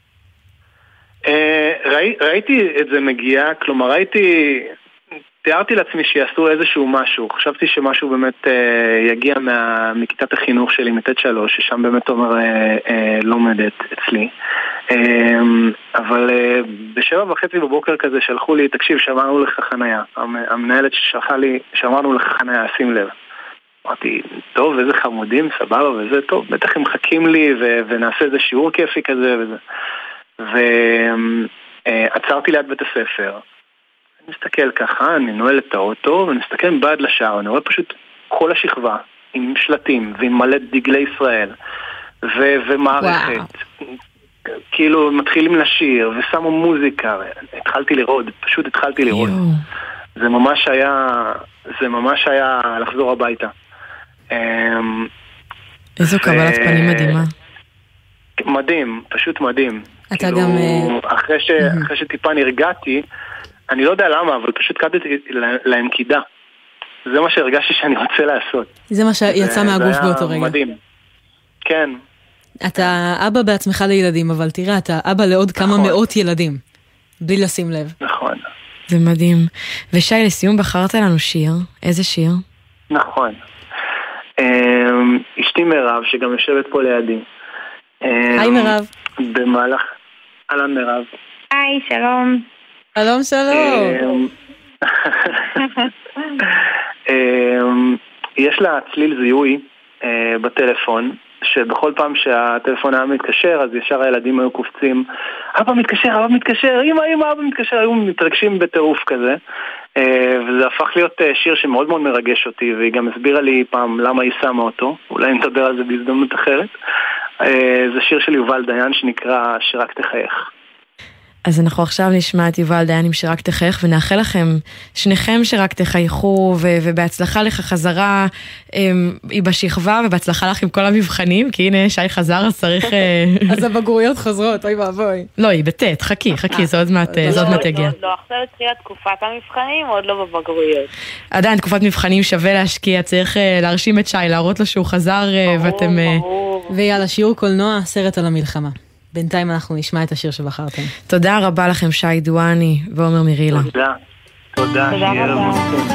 Speaker 3: ראיתי את זה מגיע, כלומר ראיתי, תיארתי לעצמי שיעשו איזשהו משהו, חשבתי שמשהו באמת יגיע מכיתת החינוך שלי, מתת שלוש, ששם באמת אומר לומדת אצלי, אבל בשבע וחצי בבוקר כזה שלחו לי, תקשיב, שמרנו לך חניה, המנהלת ששלחה לי, שמרנו לך חניה, שים לב. אמרתי, טוב, איזה חמודים, סבבה, וזה טוב, בטח הם מחכים לי, ו- ונעשה איזה שיעור כיפי כזה, וזה. ועצרתי ליד בית הספר, אני מסתכל ככה, אני נועל את האוטו, ואני מסתכל מבעד לשער, אני רואה פשוט כל השכבה, עם שלטים, ועם מלא דגלי ישראל, ו- ומערכת, וואו. כאילו מתחילים לשיר, ושמו מוזיקה, התחלתי לראות, פשוט התחלתי לראות. יו. זה ממש היה, זה ממש היה לחזור הביתה.
Speaker 15: איזו קבלת פנים מדהימה.
Speaker 3: מדהים, פשוט מדהים.
Speaker 9: אתה גם...
Speaker 3: אחרי שטיפה נרגעתי, אני לא יודע למה, אבל פשוט קדתי להם קידה. זה מה שהרגשתי שאני רוצה לעשות.
Speaker 9: זה מה שיצא מהגוף באותו רגע.
Speaker 3: מדהים. כן.
Speaker 9: אתה אבא בעצמך לילדים, אבל תראה, אתה אבא לעוד כמה מאות ילדים, בלי לשים לב.
Speaker 3: נכון.
Speaker 15: זה מדהים. ושי, לסיום בחרת לנו שיר. איזה שיר?
Speaker 3: נכון. אשתי מירב, שגם יושבת פה לידי.
Speaker 9: היי מירב.
Speaker 3: במהלך... אהלן מירב.
Speaker 20: היי, שלום.
Speaker 9: שלום, שלום.
Speaker 3: יש לה צליל זיהוי בטלפון, שבכל פעם שהטלפון היה מתקשר, אז ישר הילדים היו קופצים, אבא מתקשר, אבא מתקשר, אמא, אמא, אבא מתקשר, היו מתרגשים בטירוף כזה, וזה הפך להיות שיר שמאוד מאוד מרגש אותי, והיא גם הסבירה לי פעם למה היא שמה אותו, אולי נדבר על זה בהזדמנות אחרת. זה שיר של יובל דיין שנקרא שרק תחייך.
Speaker 15: אז אנחנו עכשיו נשמע את יובל דיין עם שרק תחייך, ונאחל לכם, שניכם שרק תחייכו, ו- ובהצלחה לך חזרה היא בשכבה, ובהצלחה לך עם כל המבחנים, כי הנה שי חזר, אז צריך...
Speaker 9: אז הבגרויות חוזרות, אוי ואבוי.
Speaker 15: לא, היא בתת, חכי, חכי, זה עוד מעט יגיע.
Speaker 20: לא, עכשיו התחילה תקופת המבחנים, עוד לא בבגרויות.
Speaker 15: עדיין, תקופת מבחנים שווה להשקיע, צריך להרשים את שי, להראות לו שהוא חזר, ואתם...
Speaker 9: ויאללה, שיעור קולנוע, סרט על המלחמה. בינתיים אנחנו נשמע את השיר שבחרתם.
Speaker 15: תודה רבה לכם שי דואני ועומר מירילה.
Speaker 3: תודה. תודה.
Speaker 20: תודה רבה.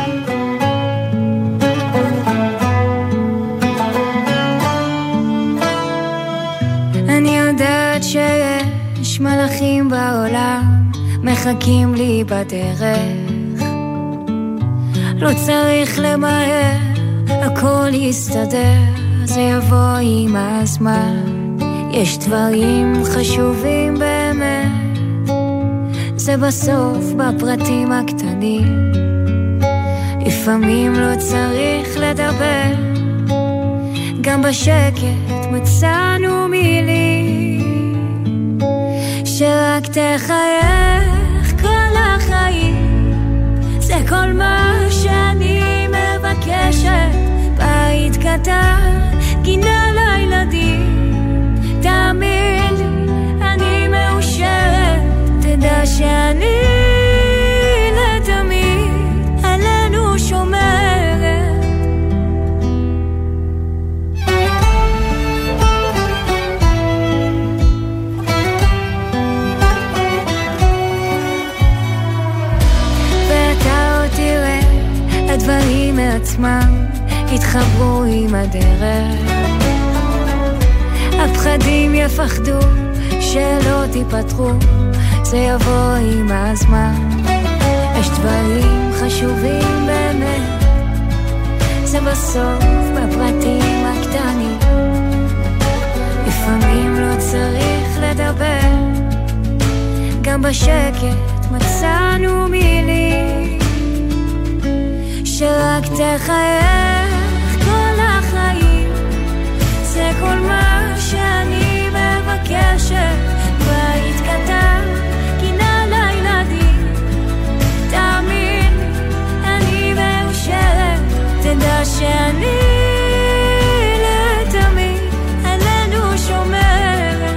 Speaker 4: אני יודעת שיש מלאכים בעולם מחכים לי בדרך, לא צריך למהר, הכל יסתדר, זה יבוא עם הזמן. יש דברים חשובים באמת, זה בסוף בפרטים הקטנים, לפעמים לא צריך לדבר, גם בשקט מצאנו מילים, שרק תחייך כל החיים, זה כל מה שאני מבקשת. בית קטן, גינה לילדים, תאמין לי, אני מאושרת. תדע שאני לתמיד עלינו שומרת. ואתה עוד תראה, הדברים מעצמם התחברו עם הדרך. הפחדים יפחדו שלא תיפתחו, זה יבוא עם הזמן. יש דברים חשובים באמת, זה בסוף בפרטים הקטנים. לפעמים לא צריך לדבר, גם בשקט מצאנו מילים. שרק תחייך כל החיים, זה כל מה שאני מבקשת. בית קטן, גינה לילדים, תאמין לי, אני מאושרת. תדע שאני לתמיד עלינו שומרת.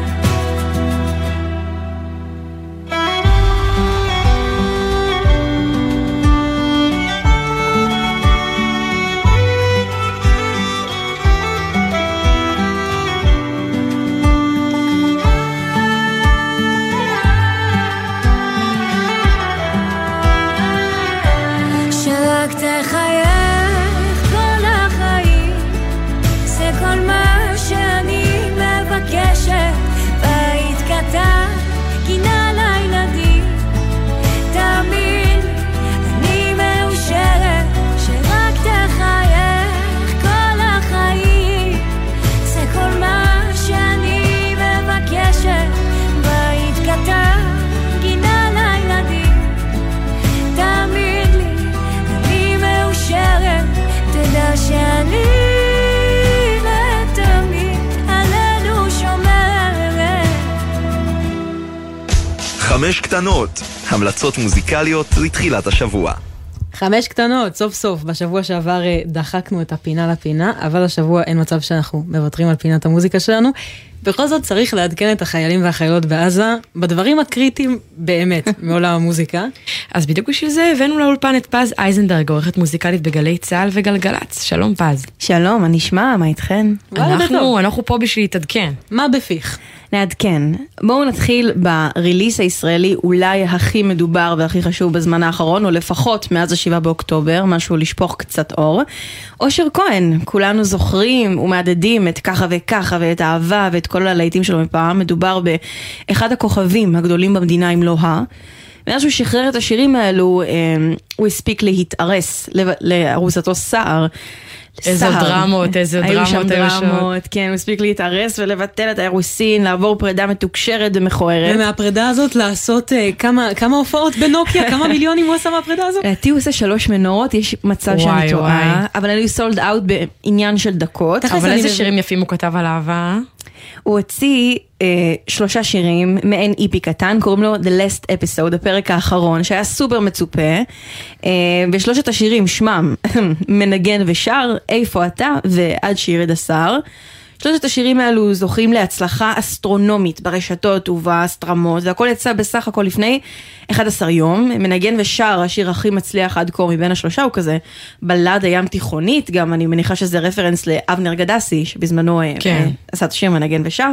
Speaker 1: חמש קטנות, המלצות מוזיקליות לתחילת השבוע.
Speaker 9: חמש קטנות, סוף סוף, בשבוע שעבר דחקנו את הפינה לפינה, אבל השבוע אין מצב שאנחנו מבטרים על פינת המוזיקה שלנו. בכל זאת צריך לעדכן את החיילים והחיילות בעזה, בדברים הקריטיים באמת מעולם המוזיקה.
Speaker 15: אז בדיוק בשביל זה הבאנו לאולפן את פז אייזנברג, עורכת מוזיקלית בגלי צהל וגלגלץ. שלום פז.
Speaker 5: שלום, מה נשמע? מה איתכן?
Speaker 15: אנחנו, אנחנו פה בשביל להתעדכן.
Speaker 9: מה בפיך?
Speaker 5: נעדכן. בואו נתחיל בריליס הישראלי אולי הכי מדובר והכי חשוב בזמן האחרון, או לפחות מאז השבעה באוקטובר, משהו לשפוך קצת אור. אושר כהן, כולנו זוכרים ומעדדים את ככה וככה ואת האהבה ואת כל הלהיטים שלו מפעם. מדובר באחד הכוכבים הגדולים במדינה אם לא ה. מאז שהוא שחרר את השירים האלו, הוא הספיק להתארס לארוסתו סער.
Speaker 15: איזה דרמות, איזה דרמות.
Speaker 5: היו שם דרמות, כן, הוא הספיק להתארס ולבטל את האירוסין, לעבור פרידה מתוקשרת ומכוערת.
Speaker 9: ומהפרידה הזאת לעשות כמה הופעות בנוקיה, כמה מיליונים הוא עשה מהפרידה הזאת?
Speaker 5: לדעתי הוא עושה שלוש מנורות, יש מצב שאני טועה, אבל אני סולד אאוט בעניין של דקות.
Speaker 15: אבל איזה שירים יפים הוא כתב על אהבה?
Speaker 5: הוא הוציא אה, שלושה שירים, מעין איפי קטן, קוראים לו The Last Episode, הפרק האחרון, שהיה סופר מצופה, אה, ושלושת השירים, שמם, מנגן ושר, איפה אתה, ועד שירד השר. שלושת השירים האלו זוכים להצלחה אסטרונומית ברשתות ובסטרמות, והכל יצא בסך הכל לפני אחד עשר יום. מנגן ושר, השיר הכי מצליח עד כה מבין השלושה, הוא כזה בלד הים תיכונית, גם אני מניחה שזה רפרנס לאבנר גדסי, שבזמנו כן. עשה את השיר מנגן ושר.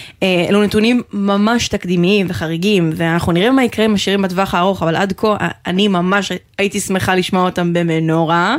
Speaker 5: אלו נתונים ממש תקדימיים וחריגים, ואנחנו נראה מה יקרה עם השירים בטווח הארוך, אבל עד כה אני ממש הייתי שמחה לשמוע אותם במנורה.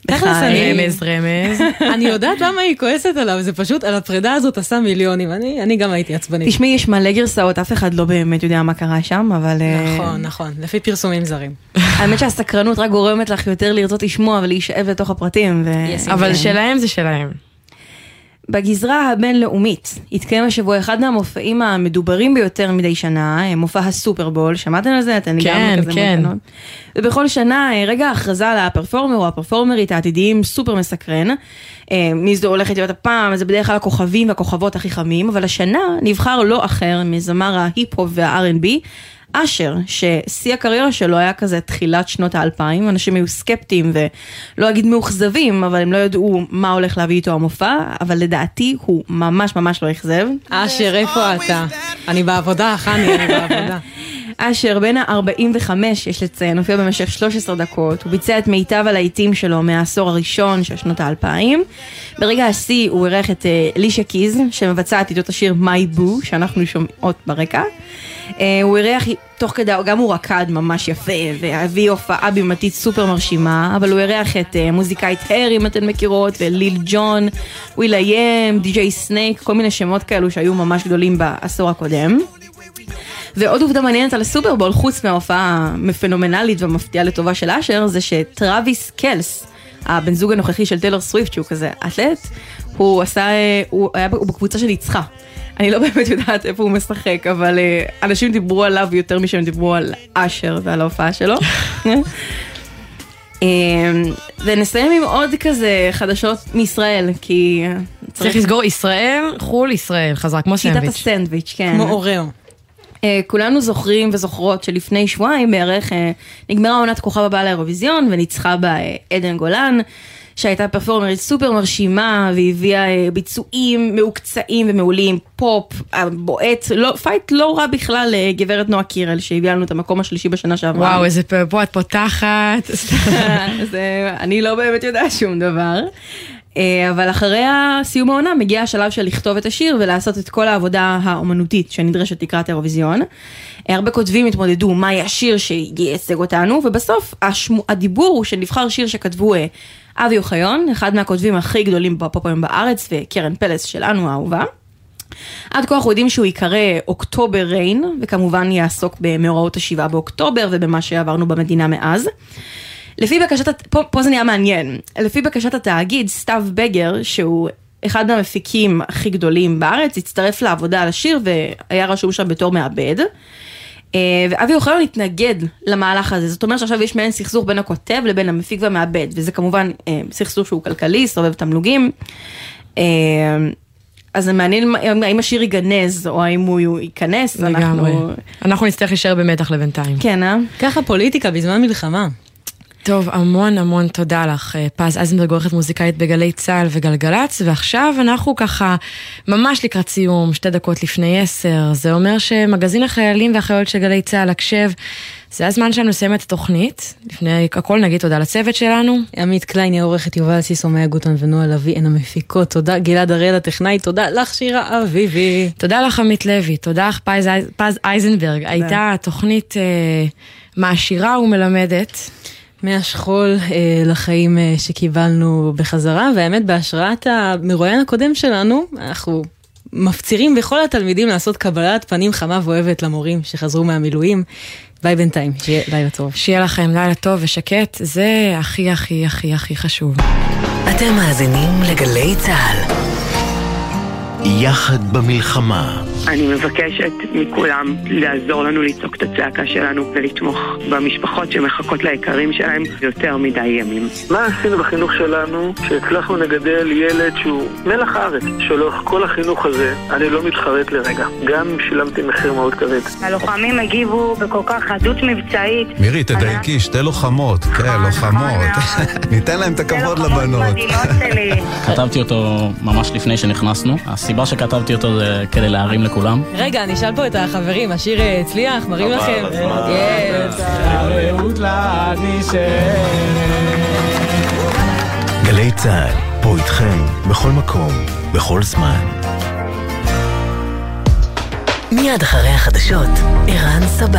Speaker 15: רמז רמז.
Speaker 9: אני יודעת למה היא כועסת עליו, זה פשוט על הפרידה הזאת עשה מיליונים, אני, אני גם הייתי עצבנית.
Speaker 5: תשמעי, יש מלא גרסאות, אף אחד לא באמת יודע מה קרה שם, אבל...
Speaker 9: נכון, נכון, לפי פרסומים זרים.
Speaker 5: האמת שהסקרנות רק גורמת לך יותר לרצות לשמוע ולהישאב לתוך הפרטים.
Speaker 15: אבל שלהם זה שלהם.
Speaker 5: בגזרה הבינלאומית התקיים השבוע אחד מהמופעים המדוברים ביותר מדי שנה, מופע הסופרבול, שמעתם על זה? אתן
Speaker 15: כן,
Speaker 5: גם כזה
Speaker 15: כן.
Speaker 5: מותנות. ובכל שנה רגע ההכרזה על הפרפורמר או הפרפורמרית העתידיים סופר מסקרן. מי זו הולכת להיות הפעם, זה בדרך כלל הכוכבים והכוכבות הכי חמים, אבל השנה נבחר לא אחר מזמר ההיפ-הופ וה-אר אנד בי, אשר, ששיא הקריירה שלו היה כזה תחילת שנות האלפיים, אנשים היו סקפטיים ולא אגיד מאוכזבים, אבל הם לא ידעו מה הולך להביא איתו המופע, אבל לדעתי הוא ממש ממש לא אכזב.
Speaker 9: אשר, איפה אתה? אני בעבודה, חני, אני בעבודה.
Speaker 5: אשר, בין ה-ארבעים וחמש, יש לציין, הופיע במשך שלוש עשרה דקות, הוא ביצע את מיטב הלהיטים שלו מהעשור הראשון של שנות האלפיים. ברגע השיא הוא ערך את לישה קיז, שמבצעת איתו את השיר My Boo, שאנחנו שומעות ברקע. הוא אירח תוך כדי, גם הוא רקד ממש יפה, והביא הופעה בימתית סופר מרשימה, אבל הוא אירח את מוזיקאית הר, אם אתן מכירות, וליל ג'ון, וויל איי-אם, די-ג'יי סנייק, כל מיני שמות כאלו שהיו ממש גדולים בעשור הקודם. ועוד עובדה מעניינת על הסופרבול, חוץ מההופעה הפנומנלית והמפתיעה לטובה של אשר, זה שטרוויס קלס, הבן זוג הנוכחי של טיילור סוויפט, שהוא כזה אתלט, הוא עשה, הוא היה בקבוצה של יצחה. אני לא באמת יודעת איפה הוא משחק, אבל uh, אנשים דיברו עליו יותר משהם דיברו על אשר ועל ההופעה שלו. um, ונסיים עם עוד כזה חדשות מישראל, כי...
Speaker 15: צריך, צריך לסגור ישראל, חול ישראל, חזרה, כמו סנדוויץ'.
Speaker 5: שיטת הסנדוויץ', כן.
Speaker 9: כמו אוראו.
Speaker 5: Uh, כולנו זוכרים וזוכרות שלפני שבועיים בערך uh, נגמרה עונת כוכב הבא לאירוויזיון, וניצחה בה uh, עדן גולן, שהייתה פרפורמרית סופר מרשימה, והביאה ביצועים מעוקצעים ומעולים, פופ, בועט, לא, פייט לא רע בכלל לגברת נועה קירל, שהביאה לנו את המקום השלישי בשנה שעברה.
Speaker 15: וואו, איזה פה את פותחת.
Speaker 5: אני לא באמת יודעת שום דבר. אבל אחרי הסיום העונה מגיע השלב של לכתוב את השיר ולעשות את כל העבודה האומנותית שנדרשת לקראת האירוויזיון. הרבה כותבים התמודדו מה יהיה השיר שייצג אותנו, ובסוף השמו, הדיבור הוא שנבחר שיר שכתבו אבי אוחיון, אחד מהכותבים הכי גדולים בפופ היום בארץ, וקרן פלס שלנו האהובה. עד כה אנחנו יודעים שהוא יקרא אוקטובר ריין, וכמובן יעסוק במאורעות השבעה באוקטובר ובמה שעברנו במדינה מאז. לפי בקשת, פה, פה זה נהיה מעניין, לפי בקשת התאגיד, סתיו בגר, שהוא אחד מהמפיקים הכי גדולים בארץ, הצטרף לעבודה על השיר והיה רשום שם בתור מעבד. ואבי אוחיון התנגד למהלך הזה, זאת אומרת שעכשיו יש מעין סכסוך בין הכותב לבין המפיק והמעבד, וזה כמובן סכסוך שהוא כלכלי, סובב תמלוגים. אז זה מעניין האם השיר ייגנז או האם הוא ייכנס.
Speaker 15: אנחנו... אנחנו נצטרך להישאר במתח לבינתיים.
Speaker 5: כן, אה?
Speaker 9: ככה פוליטיקה בזמן מלחמה.
Speaker 15: טוב, המון המון תודה לך, פז אייזנברג, עורכת מוזיקאית בגלי צהל וגלגלץ, ועכשיו אנחנו ככה ממש לקראת סיום, שתי דקות לפני עשר, זה אומר שמגזין החיילים והחיילות של גלי צהל הקשב, זה הזמן שלנו לסיים את התוכנית, לפני הכל נגיד תודה לצוות שלנו.
Speaker 9: עמית קליין, העורכת יובל סיסו, מאיה גוטון ונועה לוי, הן המפיקות, תודה גלעד הראל הטכנאי, תודה לך שירה אביבי.
Speaker 15: תודה לך עמית לוי, תודה לך פז, פז אייזנברג, הייתה תוכנית אה, מעשירה ומלמדת.
Speaker 9: מהשכול אה, לחיים אה, שקיבלנו בחזרה, והאמת בהשראת המרואיין הקודם שלנו, אנחנו מפצירים בכל התלמידים לעשות קבלת פנים חמה ואוהבת למורים שחזרו מהמילואים. ביי בינתיים, שיהיה לילה טוב.
Speaker 15: שיהיה לכם לילה טוב ושקט, זה הכי הכי הכי הכי חשוב.
Speaker 1: אתם מאזינים לגלי צהל. יחד במלחמה.
Speaker 16: אני מבקשת מכולם לעזור לנו לצעוק את הצעקה שלנו ולתמוך במשפחות שמחכות ליקרים שלהם יותר מדי ימים.
Speaker 3: מה עשינו בחינוך שלנו שהצלחנו לגדל ילד שהוא מלח הארץ? שלאורך כל החינוך הזה אני לא מתחרט לרגע. גם שילמתי מחיר מאוד כבד.
Speaker 20: הלוחמים הגיבו בכל כך חדות מבצעית.
Speaker 6: מירי, תדייקי, שתי לוחמות. כן, לוחמות. ניתן להם את הכבוד לבנות.
Speaker 22: כתבתי אותו ממש לפני שנכנסנו. הסיבה שכתבתי אותו זה כדי להרים לכולם.
Speaker 9: רגע, אני אשאל פה את החברים, השיר הצליח, מראים לכם.
Speaker 1: גלי צהל, פה איתכם, בכל מקום, בכל זמן. מיד אחרי החדשות, ערן סבא.